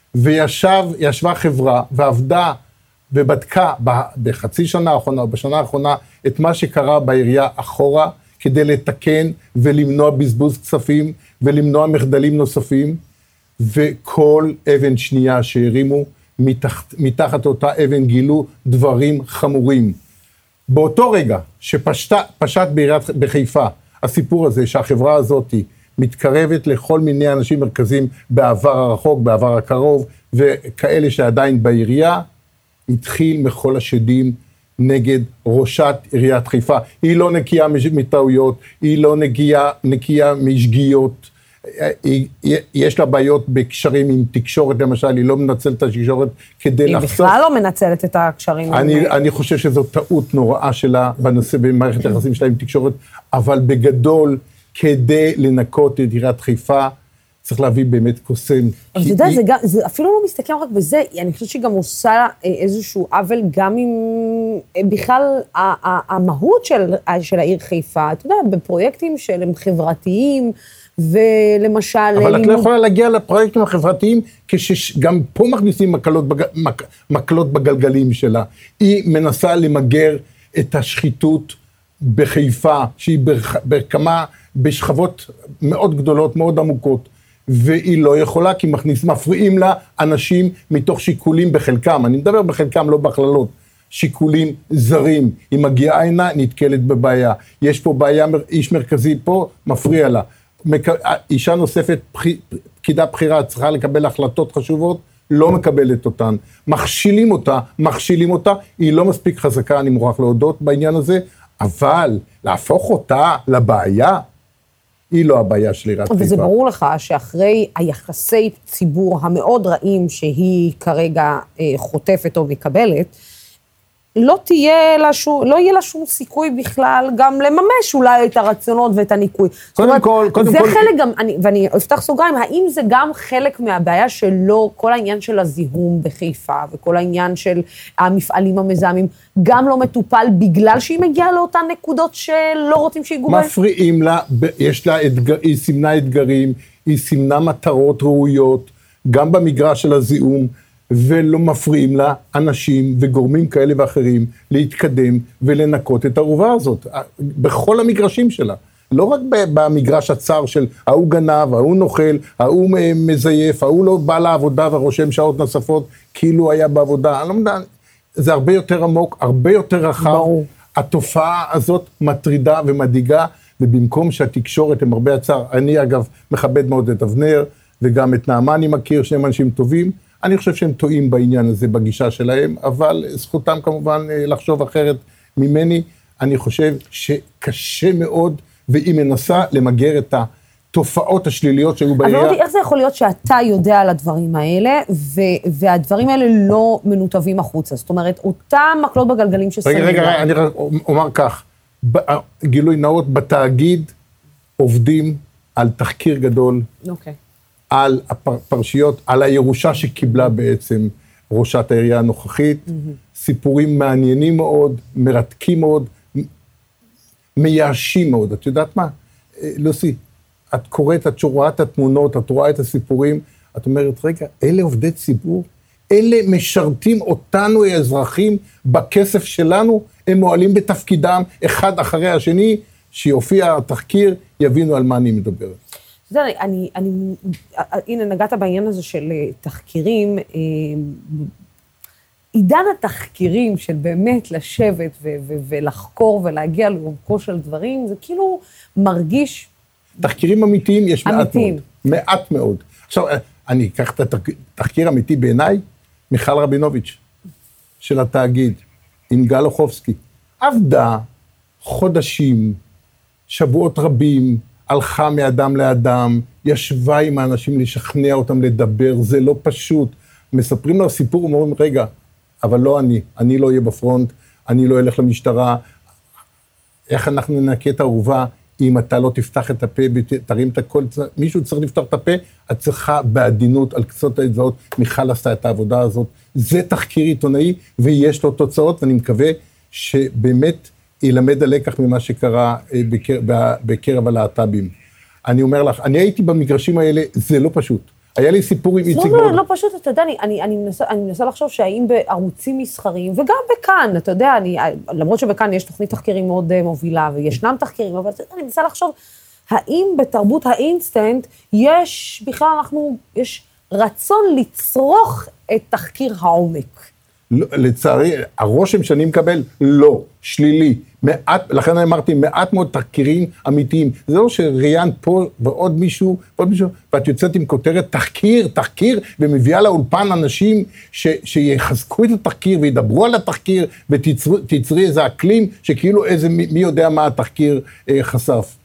וישבה חברה ועבדה ובדקה בחצי שנה האחרונה או בשנה האחרונה את מה שקרה בעירייה אחורה, כדי לתקן ולמנוע בזבוז כספים ולמנוע מחדלים נוספים, וכל אבן שנייה שהרימו, מתחת אותה אבן גילו דברים חמורים. באותו רגע שפשט בחיפה הסיפור הזה שהחברה הזאת מתקרבת לכל מיני אנשים מרכזיים בעבר הרחוק, בעבר הקרוב, וכאלה שעדיין בעירייה, התחיל מכל השדים נגד ראשת עיריית חיפה. היא לא נקייה מטעויות, היא לא נקייה משגיאות, יש לה בעיות בקשרים עם תקשורת למשל, היא לא מנצלת את התקשורת כדי לחשוף. היא בכלל לא מנצלת את הקשרים. אני חושב שזו טעות נוראה שלה בנושא במערכת היחסים שלה עם תקשורת, אבל בגדול, כדי לנקות את עיריית חיפה, צריך להביא באמת קוסם. אבל אתה יודע, זה אפילו לא מסתכם רק בזה, אני חושבת שהיא גם עושה איזשהו עוול, גם עם בכלל המהות של העיר חיפה, אתה יודע, בפרויקטים שהם חברתיים, ולמשל... אבל את לא יכולה להגיע לפרויקטים החברתיים, כשגם פה מכניסים מקלות בגלגלים שלה. היא מנסה למגר את השחיתות בחיפה, שהיא בשכבות מאוד גדולות, מאוד עמוקות, והיא לא יכולה, כי מפריעים לה אנשים מתוך שיקולים בחלקם, אני מדבר בחלקם, לא בהכללות, שיקולים זרים. היא מגיעה הנה, נתקלת בבעיה. יש פה בעיה, איש מרכזי פה, מפריע לה. אישה נוספת, פקידה בחירה, צריכה לקבל החלטות חשובות, לא מקבלת אותן. מכשילים אותה, היא לא מספיק חזקה, אני מוכרח להודות בעניין הזה, אבל להפוך אותה לבעיה, היא לא הבעיה של עיריית חיפה. וזה ברור לך שאחרי היחסי ציבור המאוד רעים שהיא כרגע חוטפת או מקבלת, לא יהיה לה שום סיכוי בכלל גם לממש אולי את הרצונות ואת הניקוי. קודם כל... זה חלק גם, ואני אפתח סוגריים, האם זה גם חלק מהבעיה שלא, כל העניין של הזיהום בחיפה, וכל העניין של המפעלים המזהמים, גם לא מטופל בגלל שהיא מגיעה לאותן נקודות שלא רוצים שיגעו בהם? מפריעים לה, יש לה היא סימנה אתגרים, היא סימנה מטרות ראויות, גם במגרש של הזיהום, ולא מפריעים לה אנשים וגורמים כאלה ואחרים להתקדם ולנקות את הערובה הזאת, בכל המגרשים שלה. לא רק במגרש הצר של ההוא גנב, ההוא נוכל, ההוא מזייף, ההוא לא בא לעבודה ורושם שעות נוספות, כאילו היה בעבודה. אני לא יודע, זה הרבה יותר עמוק, הרבה יותר רחב. ברור. התופעה הזאת מטרידה ומדאיגה, ובמקום שהתקשורת הם הרבה הצר, אני אגב מכבד מאוד את אבנר, וגם את נעמה אני מכיר, שהם אנשים טובים, אני חושב שהם טועים בעניין הזה בגישה שלהם, אבל זכותם כמובן לחשוב אחרת ממני. אני חושב שקשה מאוד, והיא מנסה למגר את התופעות השליליות שהיו בעיה. אבל איך זה יכול להיות שאתה יודע על הדברים האלה, והדברים האלה לא מנותבים החוצה? זאת אומרת, אותם מקלות בגלגלים ששמים. רגע, אני אומר כך, גילוי נאות, בתאגיד עובדים על תחקיר גדול, אוקיי. על הפרשיות, על הירושה שקיבלה בעצם ראשת העירייה הנוכחית, סיפורים מעניינים מאוד, מרתקים מאוד, מייאשים מאוד. את יודעת מה? לוסי, את קוראת, את רואה את התמונות, את רואה את הסיפורים, את אומרת, רגע, אלה עובדי ציבור? אלה משרתים אותנו, האזרחים, בכסף שלנו, הם מועלים בתפקידם, אחד אחרי השני, שיופיע התחקיר, יבינו על מה אני מדבר. אתה יודע, הנה, נגעת בעניין הזה של תחקירים, עידן התחקירים של באמת לשבת ולחקור ולהגיע לעומקו של דברים, זה כאילו מרגיש... תחקירים אמיתיים יש מעט מאוד. מעט מאוד. עכשיו, אני אקח את התחקיר אמיתי בעיניי, מיכל רבינוביץ' של התאגיד, עם גל אוחובסקי. עבדה חודשים, שבועות רבים, הלכה מאדם לאדם, ישבה עם האנשים לשכנע אותם לדבר, זה לא פשוט. מספרים לו סיפור ואומרים, רגע, אבל לא אני לא אהיה בפרונט, אני לא אלך למשטרה. איך אנחנו ננקה את הערובה אם אתה לא תפתח את הפה, תרים את הכל, מישהו צריך לפתוח את הפה, את צריכה בעדינות על קצות האצבעות, מיכל עשתה את העבודה הזאת, זה תחקיר עיתונאי ויש לו תוצאות, ואני מקווה שבאמת ילמד הלקח ממה שקרה בקרב הלהט"בים. אני אומר לך, אני הייתי במגרשים האלה, זה לא פשוט. היה לי סיפור עם איציק מאוד. לא פשוט, אתה יודע, אני מנסה לחשוב שהאם בערוצים מסחריים, וגם בכאן, אתה יודע, למרות שבכאן יש תוכנית תחקירים מאוד מובילה, וישנם תחקירים, אבל אני מנסה לחשוב, האם בתרבות האינסטנט יש בכלל יש רצון לצרוך את תחקיר העומק? לצערי, הרושם שאני מקבל, לא, שלילי. לכן אמרתי, מעט מאוד תחקירים אמיתיים. זה לא שראיין פה ועוד מישהו, ואת יוצאת עם כותרת תחקיר, ומביאה לאולפן אנשים שיחזקו את התחקיר, וידברו על התחקיר, ותיצרי איזה אקלים, שכאילו מי יודע מה התחקיר חשף.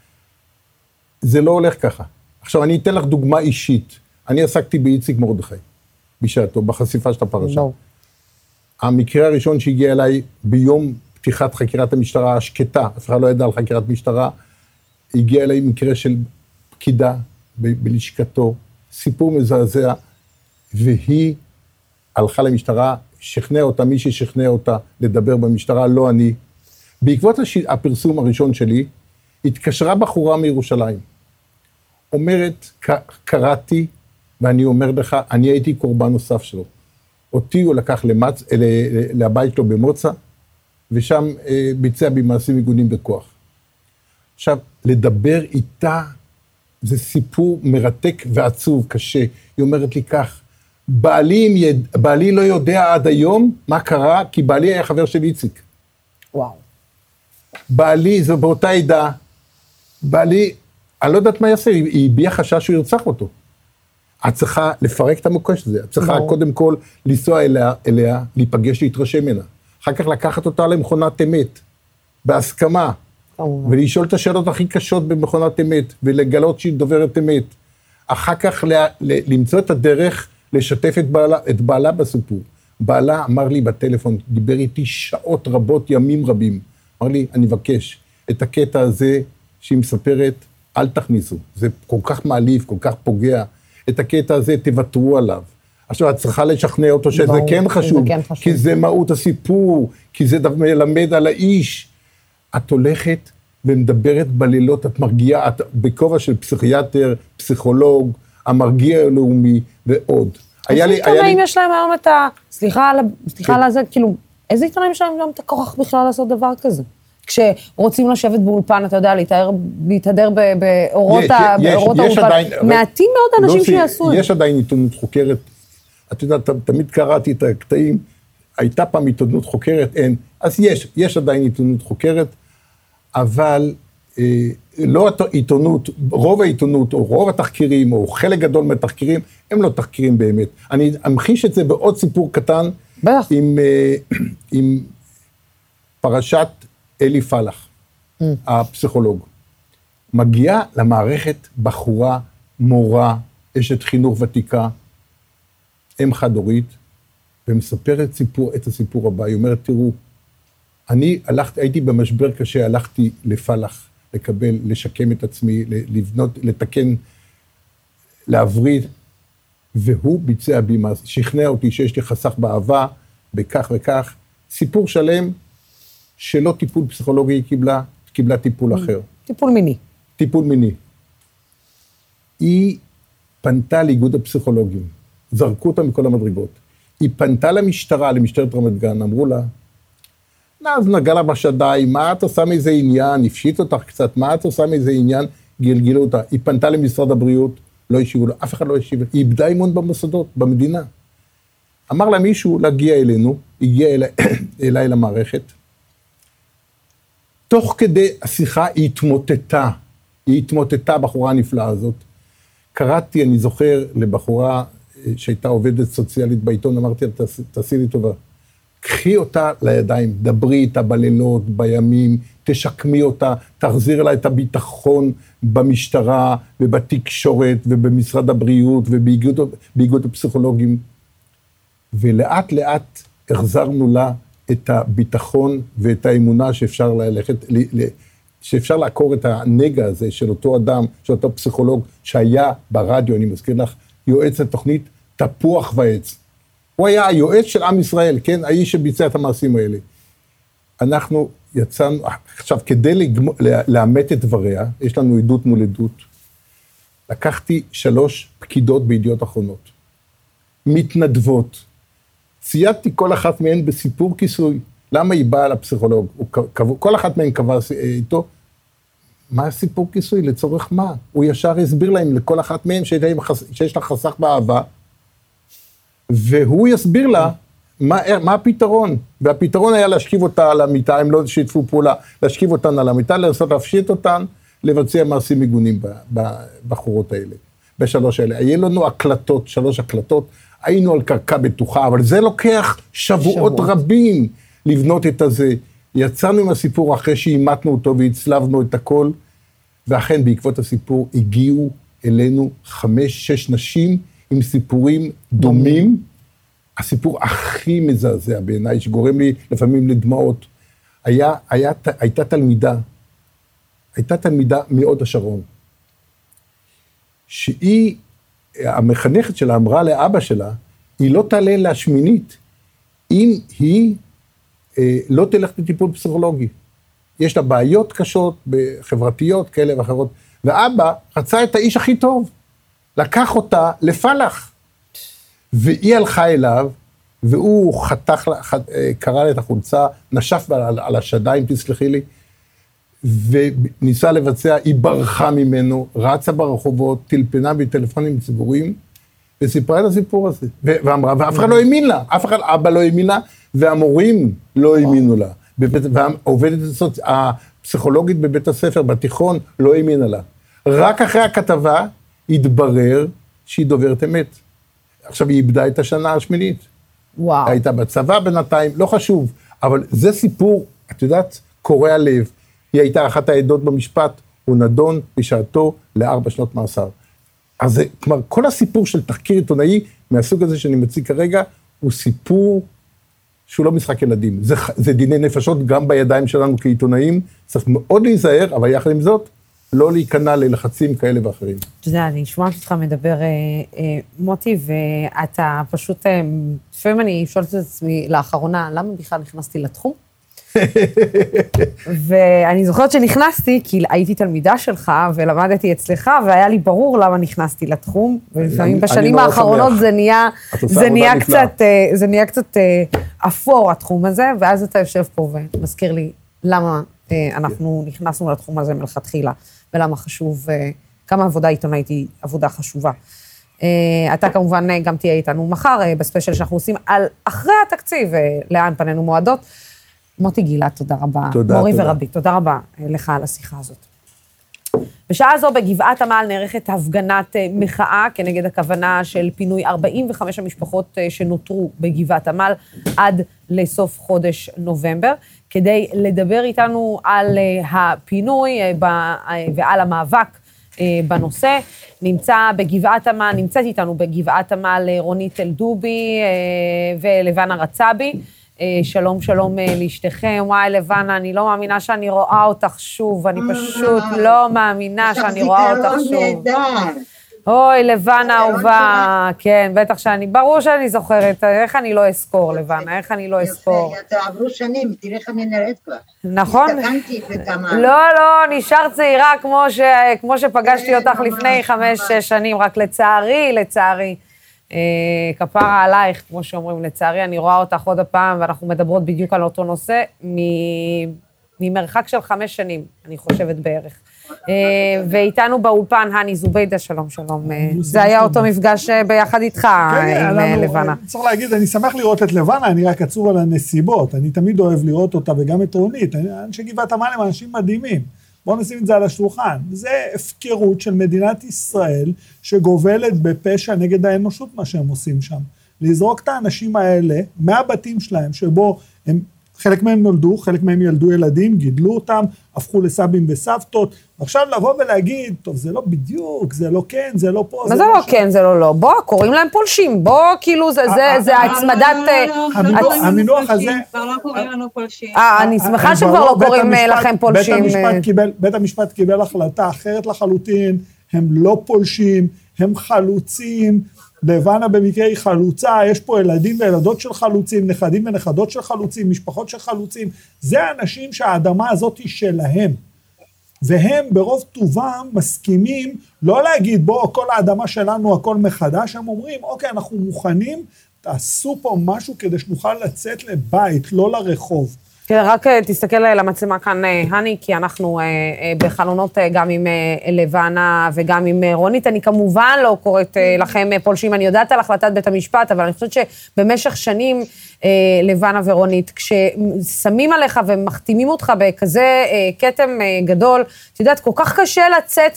זה לא הולך ככה. עכשיו, אני אתן לך דוגמה אישית. אני עסקתי באיציק מרדכי, בשעתו, בחשיפה של הפרשה. המקרה הראשון שהגיע אליי ביום פתיחת חקירת המשטרה השקטה, אף אחד לא ידע על חקירת משטרה, הגיע אליי מקרה של פקידה בלשכתו, סיפור מזעזע, והיא הלכה למשטרה, שכנע אותה, מי ששכנע אותה לדבר במשטרה, לא אני. בעקבות הפרסום הראשון שלי, התקשרה בחורה מירושלים. אומרת, קראתי, ואני אומר לך, אני הייתי קורבן נוסף שלו. אותי הוא לקח לבית שלו במוצא, ושם ביצע במעשים מגונים בכוח. עכשיו, לדבר איתה, זה סיפור מרתק ועצוב, קשה. היא אומרת לי כך, בעלי לא יודע עד היום מה קרה, כי בעלי היה חבר של איציק. וואו. בעלי, זה באותה עדה, בעלי, אני לא יודעת מה יעשה, היא הביעה חשש שהוא ירצח אותו. את צריכה לפרק את המוקש הזה, את צריכה קודם כל לנסוע אליה, להיפגש, להתרשם ממנה. אחר כך לקחת אותה למכונת אמת, בהסכמה, ולשאול את השאלות הכי קשות במכונת אמת, ולגלות שהיא דוברת אמת. אחר כך למצוא את הדרך לשתף את בעלה בסיפור. בעלה אמר לי בטלפון, דיבר איתי שעות רבות, ימים רבים. אמר לי, אני מבקש, את הקטע הזה שהיא מספרת, אל תכניסו. זה כל כך מעליב, כל כך פוגע. את הקטע הזה תוותרו עליו. עכשיו, את צריכה לשכנע אותו שזה כן חשוב, כי זה מהות הסיפור, כי זה מלמד על האיש. את הולכת ומדברת בלילות, את מרגיעה, את בכובע של פסיכיאטר, פסיכולוג, המרגיע הלאומי ועוד. איזה עיתונאים יש להם היום את ה... סליחה על זה, כאילו, איזה עיתונאים יש להם גם את הכוח בכלל לעשות דבר כזה? כשרוצים לשבת באולפן, אתה יודע, להתהדר באורות האולפן, מעטים מאוד אנשים שיעשו את זה. יש עדיין עיתונות חוקרת, אתה יודע, תמיד קראתי את הקטעים, הייתה פעם עיתונות חוקרת, אין, אז יש עדיין עיתונות חוקרת, אבל לא עיתונות, רוב העיתונות, או רוב התחקירים, או חלק גדול מהתחקירים, הם לא תחקירים באמת. אני אמחיש את זה בעוד סיפור קטן, עם פרשת אלי פלח, הפסיכולוג. מגיעה למערכת בחורה, מורה, אשת חינוך ותיקה, אם חד-הורית, ומספרת את הסיפור הבא. היא אומרת, תראו, הייתי במשבר קשה, הלכתי לפלח, לשקם את עצמי, לבנות, לתקן, להבריא, והוא ביצע בי מעשה, שכנע אותי שיש לי חסך באהבה, בכך וכך, סיפור שלם, שלא טיפול פסיכולוגי היא קיבלה טיפול אחר. טיפול מיני. טיפול מיני. היא פנתה לאיגוד הפסיכולוגים, זרקו אותה מכל המדרגות. היא פנתה למשטרה, למשטרת רמת גן, אמרו לה, אז נגע לה בשדיים, מה את עושה מזה עניין? הפשיט אותך קצת, מה את עושה מזה עניין? גלגלו אותה. היא פנתה למשרד הבריאות, לא השיבו לה, אף אחד לא השיב. היא איבדה אמון במוסדות, במדינה. אמר לה מישהו להגיע אלינו, הגיע אליי למערכת, תוך כדי השיחה היא התמוטטה, הבחורה הנפלאה הזאת. קראתי, אני זוכר, לבחורה שהייתה עובדת סוציאלית בעיתון, אמרתי לה, תעשי לי טובה. קחי אותה לידיים, דברי איתה בלילות, בימים, תשקמי אותה, תחזיר לה את הביטחון במשטרה ובתקשורת ובמשרד הבריאות ובאיגוד הפסיכולוגים. ולאט לאט החזרנו לה את הביטחון ואת האמונה שאפשר שאפשר לעקור את הנגע הזה של אותו אדם, של אותו פסיכולוג שהיה ברדיו, אני מזכיר לך, יועץ לתוכנית תפוח ועץ. הוא היה היועץ של עם ישראל, כן? האיש שביצע את המעשים האלה. אנחנו יצאנו, עכשיו, כדי לאמת את דבריה, יש לנו עדות מול עדות, לקחתי 3 פקידות בידיעות אחרונות, מתנדבות, ציידתי כל אחת מהן בסיפור כיסוי, למה היא באה לפסיכולוג, כל אחת מהן קבע איתו, מה הסיפור כיסוי, לצורך מה? הוא ישר הסביר להם לכל אחת מהן שיש לה חסך באהבה, והוא יסביר לה מה הפתרון, והפתרון היה להשכיב אותה על המיטה, הם לא שיתפו פעולה, להשכיב אותן על המיטה, לנסות להפשיט אותן, לבצע מעשים מגונים בחורות האלה, ב3 האלה. היה לנו הקלטות, 3 הקלטות, היינו על קרקע בטוחה, אבל זה לוקח שבועות רבים לבנות את הזה. יצאנו עם הסיפור אחרי שאימתנו אותו והצלבנו את הכל, ואכן בעקבות הסיפור הגיעו אלינו 5-6 נשים עם סיפורים דומים. הסיפור הכי מזעזע בעיניי, שגורם לי לפעמים לדמעות, הייתה תלמידה מהוד השרון, שהיא, המחנכת שלה אמרה לאבא שלה, היא לא תעלה לשמינית, אם היא לא תלך לטיפול פסיכולוגי. יש לה בעיות קשות, חברתיות כאלה ואחרות, ואבא רצה את האיש הכי טוב, לקח אותה לפלח, והיא הלכה אליו, והוא קרא לה את החולצה, נשף על השדיים, תסלחי לי, וניסה לבצע, היא ברחה ממנו, רצה ברחובות, טלפנה בטלפונים ציבוריים, וסיפרה את הסיפור הזה, ואמרה, ואף אחד לא האמין לה, אף אחד, אבא לא האמין לה, והמורים לא האמינו לה, והעובדת הפסיכולוגית בבית הספר, בתיכון, לא האמינה לה. רק אחרי הכתבה התברר שהיא דוברת אמת. עכשיו היא איבדה את השנה השמינית. וואו. הייתה בצבא בינתיים, לא חשוב, אבל זה סיפור, את יודעת, קורע לב. היא הייתה אחת העדות במשפט, הוא נדון בשעתו ל4 שנות מאסר. אז זה, כלומר, כל הסיפור של תחקיר עיתונאי, מהסוג הזה שאני מציג כרגע, הוא סיפור שהוא לא משחק ילדים. זה דיני נפשות גם בידיים שלנו כעיתונאים, צריך מאוד להיזהר, אבל יחד עם זאת, לא להיכנע ללחצים כאלה ואחרים. אתה יודע, אני שומעת אותך מדבר, מוטי, ואתה פשוט, לפעמים אני שואלת את עצמי לאחרונה, למה בכלל נכנסתי לתחום? ואני זוכרת שנכנסתי, כי הייתי תלמידה שלך, ולמדתי אצלך, והיה לי ברור למה נכנסתי לתחום, ולפעמים בשנים האחרונות זה נהיה קצת אפור התחום הזה, ואז אתה יושב פה ומזכיר לי למה אנחנו נכנסנו לתחום הזה מלכתחילה, ולמה חשוב, כמה עבודה עיתונאית היא עבודה חשובה. אתה כמובן גם תהיה איתנו מחר, בספיישל שאנחנו עושים על אחרי התקציב, לאן פנינו מועדות. מוטי גילת, תודה רבה. מורי ורבי, תודה רבה לך על השיחה הזאת. בשעה זו בגבעת עמל נערכת הפגנת מחאה כנגד הכוונה של פינוי 45 המשפחות שנותרו בגבעת עמל עד לסוף חודש נובמבר, כדי לדבר איתנו על הפינוי ועל המאבק בנושא. נמצאת איתנו בגבעת עמל רונית אלדובי ולבנה רצבי. שלום, שלום לאשתכם. וואי, לבנה, אני לא מאמינה שאני רואה אותך שוב, אני פשוט לא מאמינה שאני רואה אותך שוב. אוי, לבנה אהובה, כן, בטח ברור שאני זוכרת, איך אני לא אזכור, לבנה, איך אני לא אזכור. עברו שנים, תראה איך אני נראית כבר. נכון? הסתכנתי בכמה... לא, נשאר צעירה כמו שפגשתי אותך לפני 5-6 שנים, רק לצערי. כפרה עלייך, כמו שאומרים, לצערי, אני רואה אותך עוד הפעם, ואנחנו מדברות בדיוק על אותו נושא, ממרחק של 5 שנים, אני חושבת בערך. ואיתנו באולפן, הני זוביידה, שלום. זה היה אותו מפגש ביחד איתך, עם לבנה. צריך להגיד, אני שמח לראות את לבנה, אני רק עצור על הנסיבות, אני תמיד אוהב לראות אותה, וגם את רונית, אנשי גבעת עמל הם אנשים מדהימים. בואו נשים את זה על השולחן. זה הפקרות של מדינת ישראל שגובלת בפשע נגד האנושות, מה שהם עושים שם. לזרוק את האנשים האלה מהבתים שלהם, שבו חלק מהם נולדו, חלק מהם ילדו ילדים, גידלו אותם, הפכו לסבים וסבתות, ועכשיו לבוא ולהגיד, טוב, זה לא בדיוק, זה לא כן, זה לא פה. מה זה לא כן, זה לא. בוא, קוראים להם פולשים, בוא, כאילו, זה הצמדת... המינוח הזה... כבר לא קוראים לנו פולשים. אני שמחה שכבר לא קוראים לכם פולשים. בית המשפט קיבל החלטה אחרת לחלוטין, הם לא פולשים, הם חלוצים, לבנה במקרה היא חלוצה, יש פה ילדים וילדות של חלוצים, נכדים ונכדות של חלוצים, משפחות של חלוצים, זה האנשים שהאדמה הזאת היא שלהם, והם ברוב טובם מסכימים לא להגיד בוא כל האדמה שלנו הכל מחדש, הם אומרים אוקיי אנחנו מוכנים, תעשו פה משהו כדי שנוכל לצאת לבית, לא לרחוב. רק תסתכל למצלמה כאן, הני, כי אנחנו בחלונות גם עם לבנה וגם עם רונית. אני כמובן לא קוראת לכם פולשים, אני יודעת על החלטת בית המשפט, אבל אני חושבת שבמשך שנים, לבנה ורונית, כששמים עליך ומחתימים אותך בכזה כתם גדול, את יודעת, כל כך קשה לצאת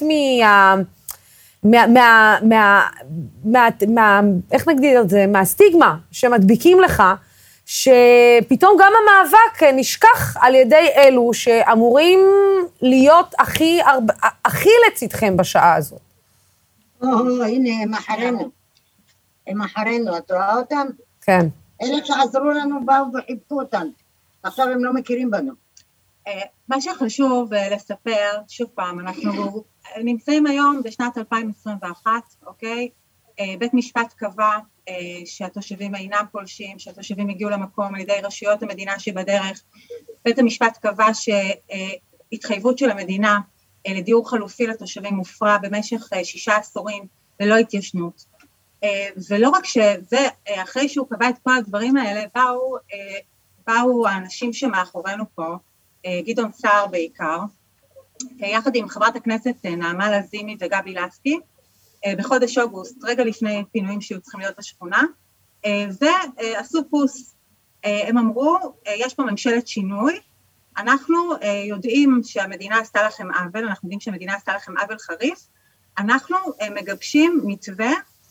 איך נגדיר את זה, מהסטיגמה שמדביקים לך, שפתאום גם המאבק נשכח על ידי אלו שאמורים להיות הכי לצדכם בשעה הזאת. הנה, הם אחרינו, את רואה אותם? כן. אלה שעזרו לנו באו וחיבקו אותנו, עכשיו הם לא מכירים בנו. מה שחשוב לספר, שוב פעם, אנחנו נמצאים היום בשנת 2021, אוקיי? בית משפט קבע שהתושבים אינם פולשים, שהתושבים הגיעו למקום על ידי רשויות המדינה שבדרך. בית המשפט קבע שהתחייבות של המדינה לדיור חלופי לתושבים מופרע במשך 6 עשורים ללא התיישנות. ולא רק שזה, אחרי שהוא קבע את כל הדברים האלה, באו האנשים שמאחורינו פה, גדעון סער בעיקר, יחד עם חברת הכנסת נעמה לזימי וגבי לסקי, בחודש אוגוסט, רגע לפני פינויים שהיו צריכים להיות בשכונה, ועשו פוס. הם אמרו, יש פה ממשלת שינוי, אנחנו יודעים שהמדינה עשתה לכם עוול, אנחנו יודעים שהמדינה עשתה לכם עוול חריף, אנחנו מגבשים מתווה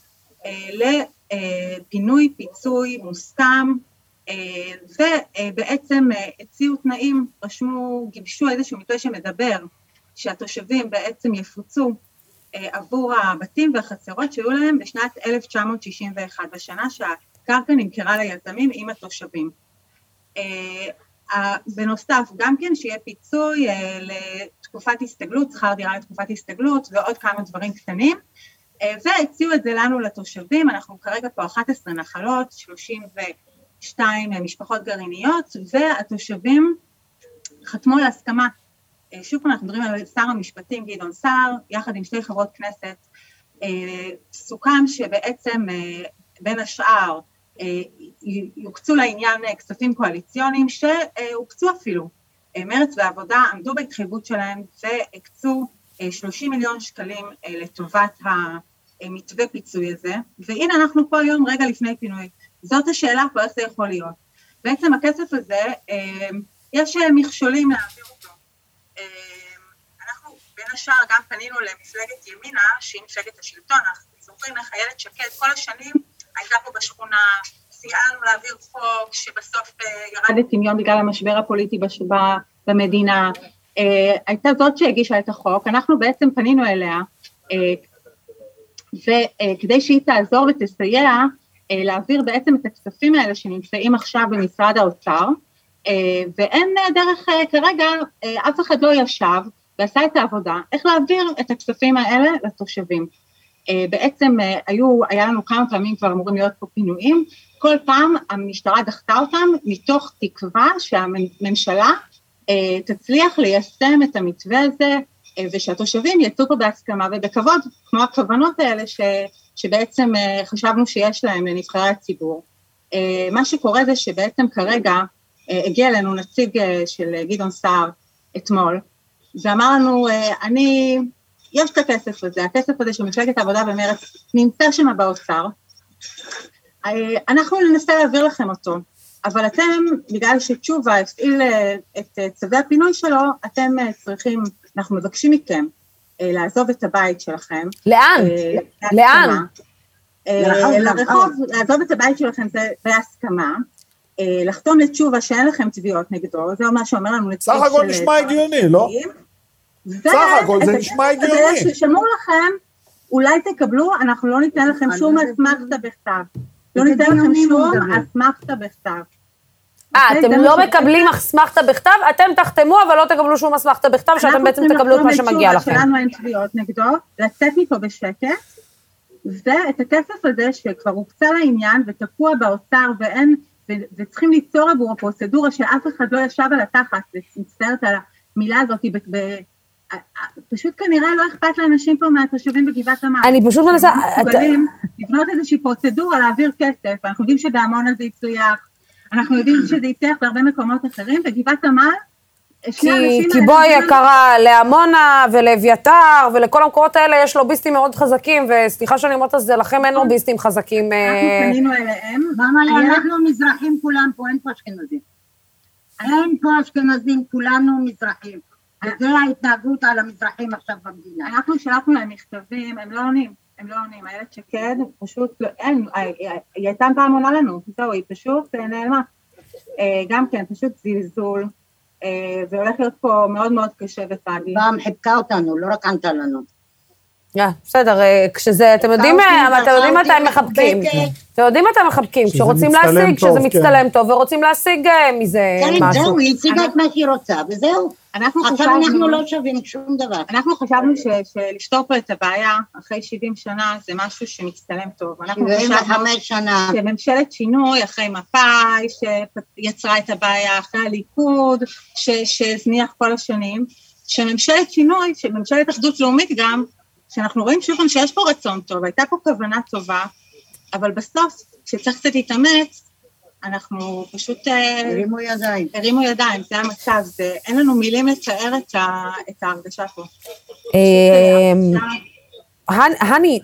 לפינוי, פיצוי, מוסכם, ובעצם הציעו תנאים, גיבשו איזשהו מתווה שמדבר, שהתושבים בעצם יפוצו עבור הבתים והחצרות שהיו להם בשנת 1961, בשנה שהקרקע נמכרה ליזמים עם התושבים. בנוסף, גם כן שיהיה פיצוי לתקופת הסתגלות, שכר דירה לתקופת הסתגלות ועוד כמה דברים קטנים, והציעו את זה לנו לתושבים. אנחנו כרגע פה 11 נחלות, 32 משפחות גרעיניות, והתושבים חתמו על הסכמה. שוב פעם אנחנו מדברים על שר המשפטים גדעון סער, יחד עם 2 חברות כנסת, סוכם שבעצם בין השאר יוקצו לעניין כספים קואליציוניים שהוקצו אפילו. מרץ והעבודה עמדו בהתחייבות שלהם והקצו 30 מיליון שקלים לטובת המתווה פיצוי הזה, והנה אנחנו פה היום רגע לפני פינוי. זאת השאלה פה, איך זה יכול להיות. בעצם הכסף הזה, יש מכשולים להעביר אותו. אנחנו בין השאר גם פנינו למפלגת ימינה, שהיא מפלגת השלטון, אנחנו זוכרים איך איילת שקד כל השנים הייתה פה בשכונה, סייענו להעביר חוק שבסוף ירד לטמיון בגלל המשבר הפוליטי במדינה, הייתה זאת שהגישה את החוק, אנחנו בעצם פנינו אליה, וכדי שהיא תעזור ותסייע, להעביר בעצם את הכספים האלה שנמצאים עכשיו במשרד האוצר, ואין דרך כרגע, אף אחד לא ישב ועשה את העבודה, איך להעביר את הכספים האלה לתושבים. בעצם היה לנו כמה פעמים כבר אמורים להיות פה פינויים, כל פעם המשטרה דחתה אותם מתוך תקווה שהממשלה תצליח ליישם את המתווה הזה, ושהתושבים יצאו פה בהסכמה ובכבוד, כמו הכוונות האלה שבעצם חשבנו שיש להם לנבחרי הציבור. מה שקורה זה שבעצם כרגע הגיע אלינו נציג של גדעון סער אתמול, ואמר לנו, יש את הכסף הזה של מפלגת העבודה במרץ, נמצא שם באוצר, אנחנו ננסה להעביר לכם אותו, אבל אתם, בגלל שתשובה הפעיל את צווי הפינוי שלו, אתם צריכים, אנחנו מבקשים מכם, לעזוב את הבית שלכם. לאן? לאן? לרחוב, לעזוב את הבית שלכם זה בהסכמה, לחתום לתשובה שאין לכם תביעות נגדו, זה מה שאומר לנו נציג של... סך הכל נשמע הגיוני, לא? סך הכל זה נשמע הגיוני. ששמעו לכם, אולי תקבלו, אנחנו לא ניתן לכם שום אסמכתה בכתב. לא ניתן לכם שום אסמכתה בכתב. אתם לא מקבלים אסמכתה בכתב, אתם תחתמו, אבל לא תקבלו שום אסמכתה בכתב, שאתם בעצם תקבלו את מה שמגיע לכם. שלנו אין תביעות נגדו, לצאת מפה בשקט, ואת הכסף הזה שכבר הוקצה לעניין ותקוע באוצר ואין, וצריכים ליצור עבור הפרוצדורה שאף אחד לא ישב על התחת, ומצטערת על המילה הזאת, פשוט כנראה לא אכפת לאנשים פה מהתושבים בגבעת עמל. אני פשוט מנסה... לבנות איזושהי פרוצדורה להעביר כסף, אנחנו יודעים שבהמון הזה יצליח, אנחנו יודעים שזה יצליח בהרבה מקומות אחרים, בגבעת עמל, כי בואי יקרה, לעמונה ולאביתר ולכל המקומות האלה יש לוביסטים מאוד חזקים, וסליחה שאני אומרת את זה, לכם אין לוביסטים חזקים. אנחנו פנינו אליהם. אנחנו מזרחים כולם פה, אין פה אשכנזים. אין פה אשכנזים, כולנו מזרחים. וזה ההתנהגות על המזרחים עכשיו במדינה. אנחנו שלחנו להם מכתבים, הם לא עונים. איילת שקד, פשוט, היא הייתה פעם עונה לנו, זהו, היא פשוט נעלמה. גם כן, פשוט זלזול. והולך להיות פה מאוד מאוד קשה ופעדי. פעם חיבקה אותנו, לא רק ענתה לנו. בסדר, כשזה, אתם יודעים מתי הם מחבקים. אתם יודעים מתי הם מחבקים, כשרוצים להשיג, כשזה מצטלם טוב, ורוצים להשיג מזה משהו. כן, זהו, היא הציגה את מה שהיא רוצה, וזהו. עכשיו אנחנו לא שווים שום דבר. אנחנו חשבנו שלשתור פה את הבעיה אחרי 70 שנה זה משהו שמצטלם טוב. 75 שנה. שממשלת שינוי אחרי מפא"י שיצרה את הבעיה, אחרי הליכוד שהזניח כל השנים, שממשלת שינוי, שממשלת אחדות לאומית גם, שאנחנו רואים שוב שיש פה רצון טוב, הייתה פה כוונה טובה, אבל בסוף כשצריך קצת להתאמץ, אנחנו פשוט... הרימו ידיים, זה המצב, אין לנו מילים לתאר את ההרגשה פה. הני,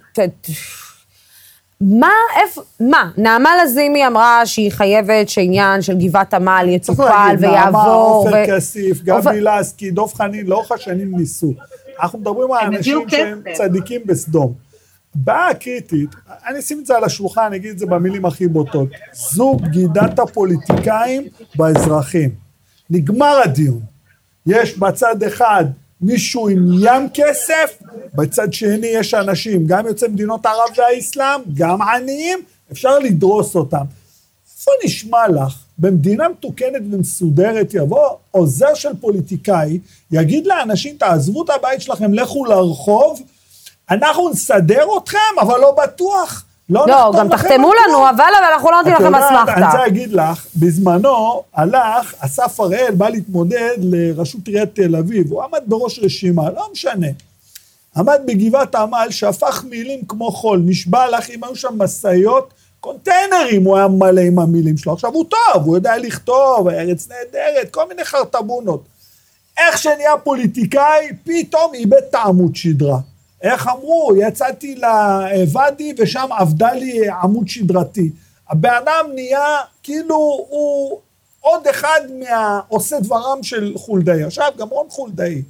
מה? נעמה לזימי אמרה שהיא חייבת שעניין של גבעת עמל יטופל ויעבור. נעמה, עופר כסיף, גבי לסקי, דב חנין, לאורך השנים ניסו. אנחנו מדברים על אנשים שהם צדיקים בסדום. בעיה קריטית, אני אשים את זה על השולחן, אני אגיד את זה במילים הכי בוטות. זו בגידת הפוליטיקאים באזרחים. נגמר הדיון. יש בצד אחד מישהו עם ים כסף, בצד שני יש אנשים, גם יוצאי מדינות ערב והאסלאם, גם עניים, אפשר לדרוס אותם. איפה נשמע לך? במדינה מתוקנת ומסודרת יבוא עוזר של פוליטיקאי, יגיד לאנשים, תעזבו את הבית שלכם, לכו לרחוב, אנחנו נסדר אתכם, אבל לא בטוח. לא, גם תחתמו לנו, אבל אנחנו לא נותנים לכם אסמכתה. אני רוצה להגיד לך, בזמנו הלך, אסף הראל בא להתמודד לראשות עיריית תל אביב, הוא עמד בראש רשימה, לא משנה. עמד בגבעת עמל, שהפך מילים כמו חול, נשבע לך, אם היו שם מסעיות, קונטיינרים, הוא היה מלא עם המילים שלו. עכשיו הוא טוב, הוא יודע לכתוב, ארץ נהדרת, כל מיני חרטבונות. איך שנהיה פוליטיקאי, פתאום איבד את עמוד שדרה. איך אמרו, יצאתי לוואדי ושם עבדה לי עמוד שדרתי. הבאדם נהיה כאילו הוא עוד אחד מהעושה דברם של חולדאי. עכשיו גם רון חולדאי.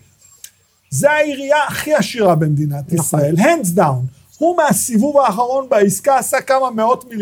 זה העירייה הכי עשירה במדינת ישראל, hands down. הוא מהסיבוב האחרון בעסקה עשה כמה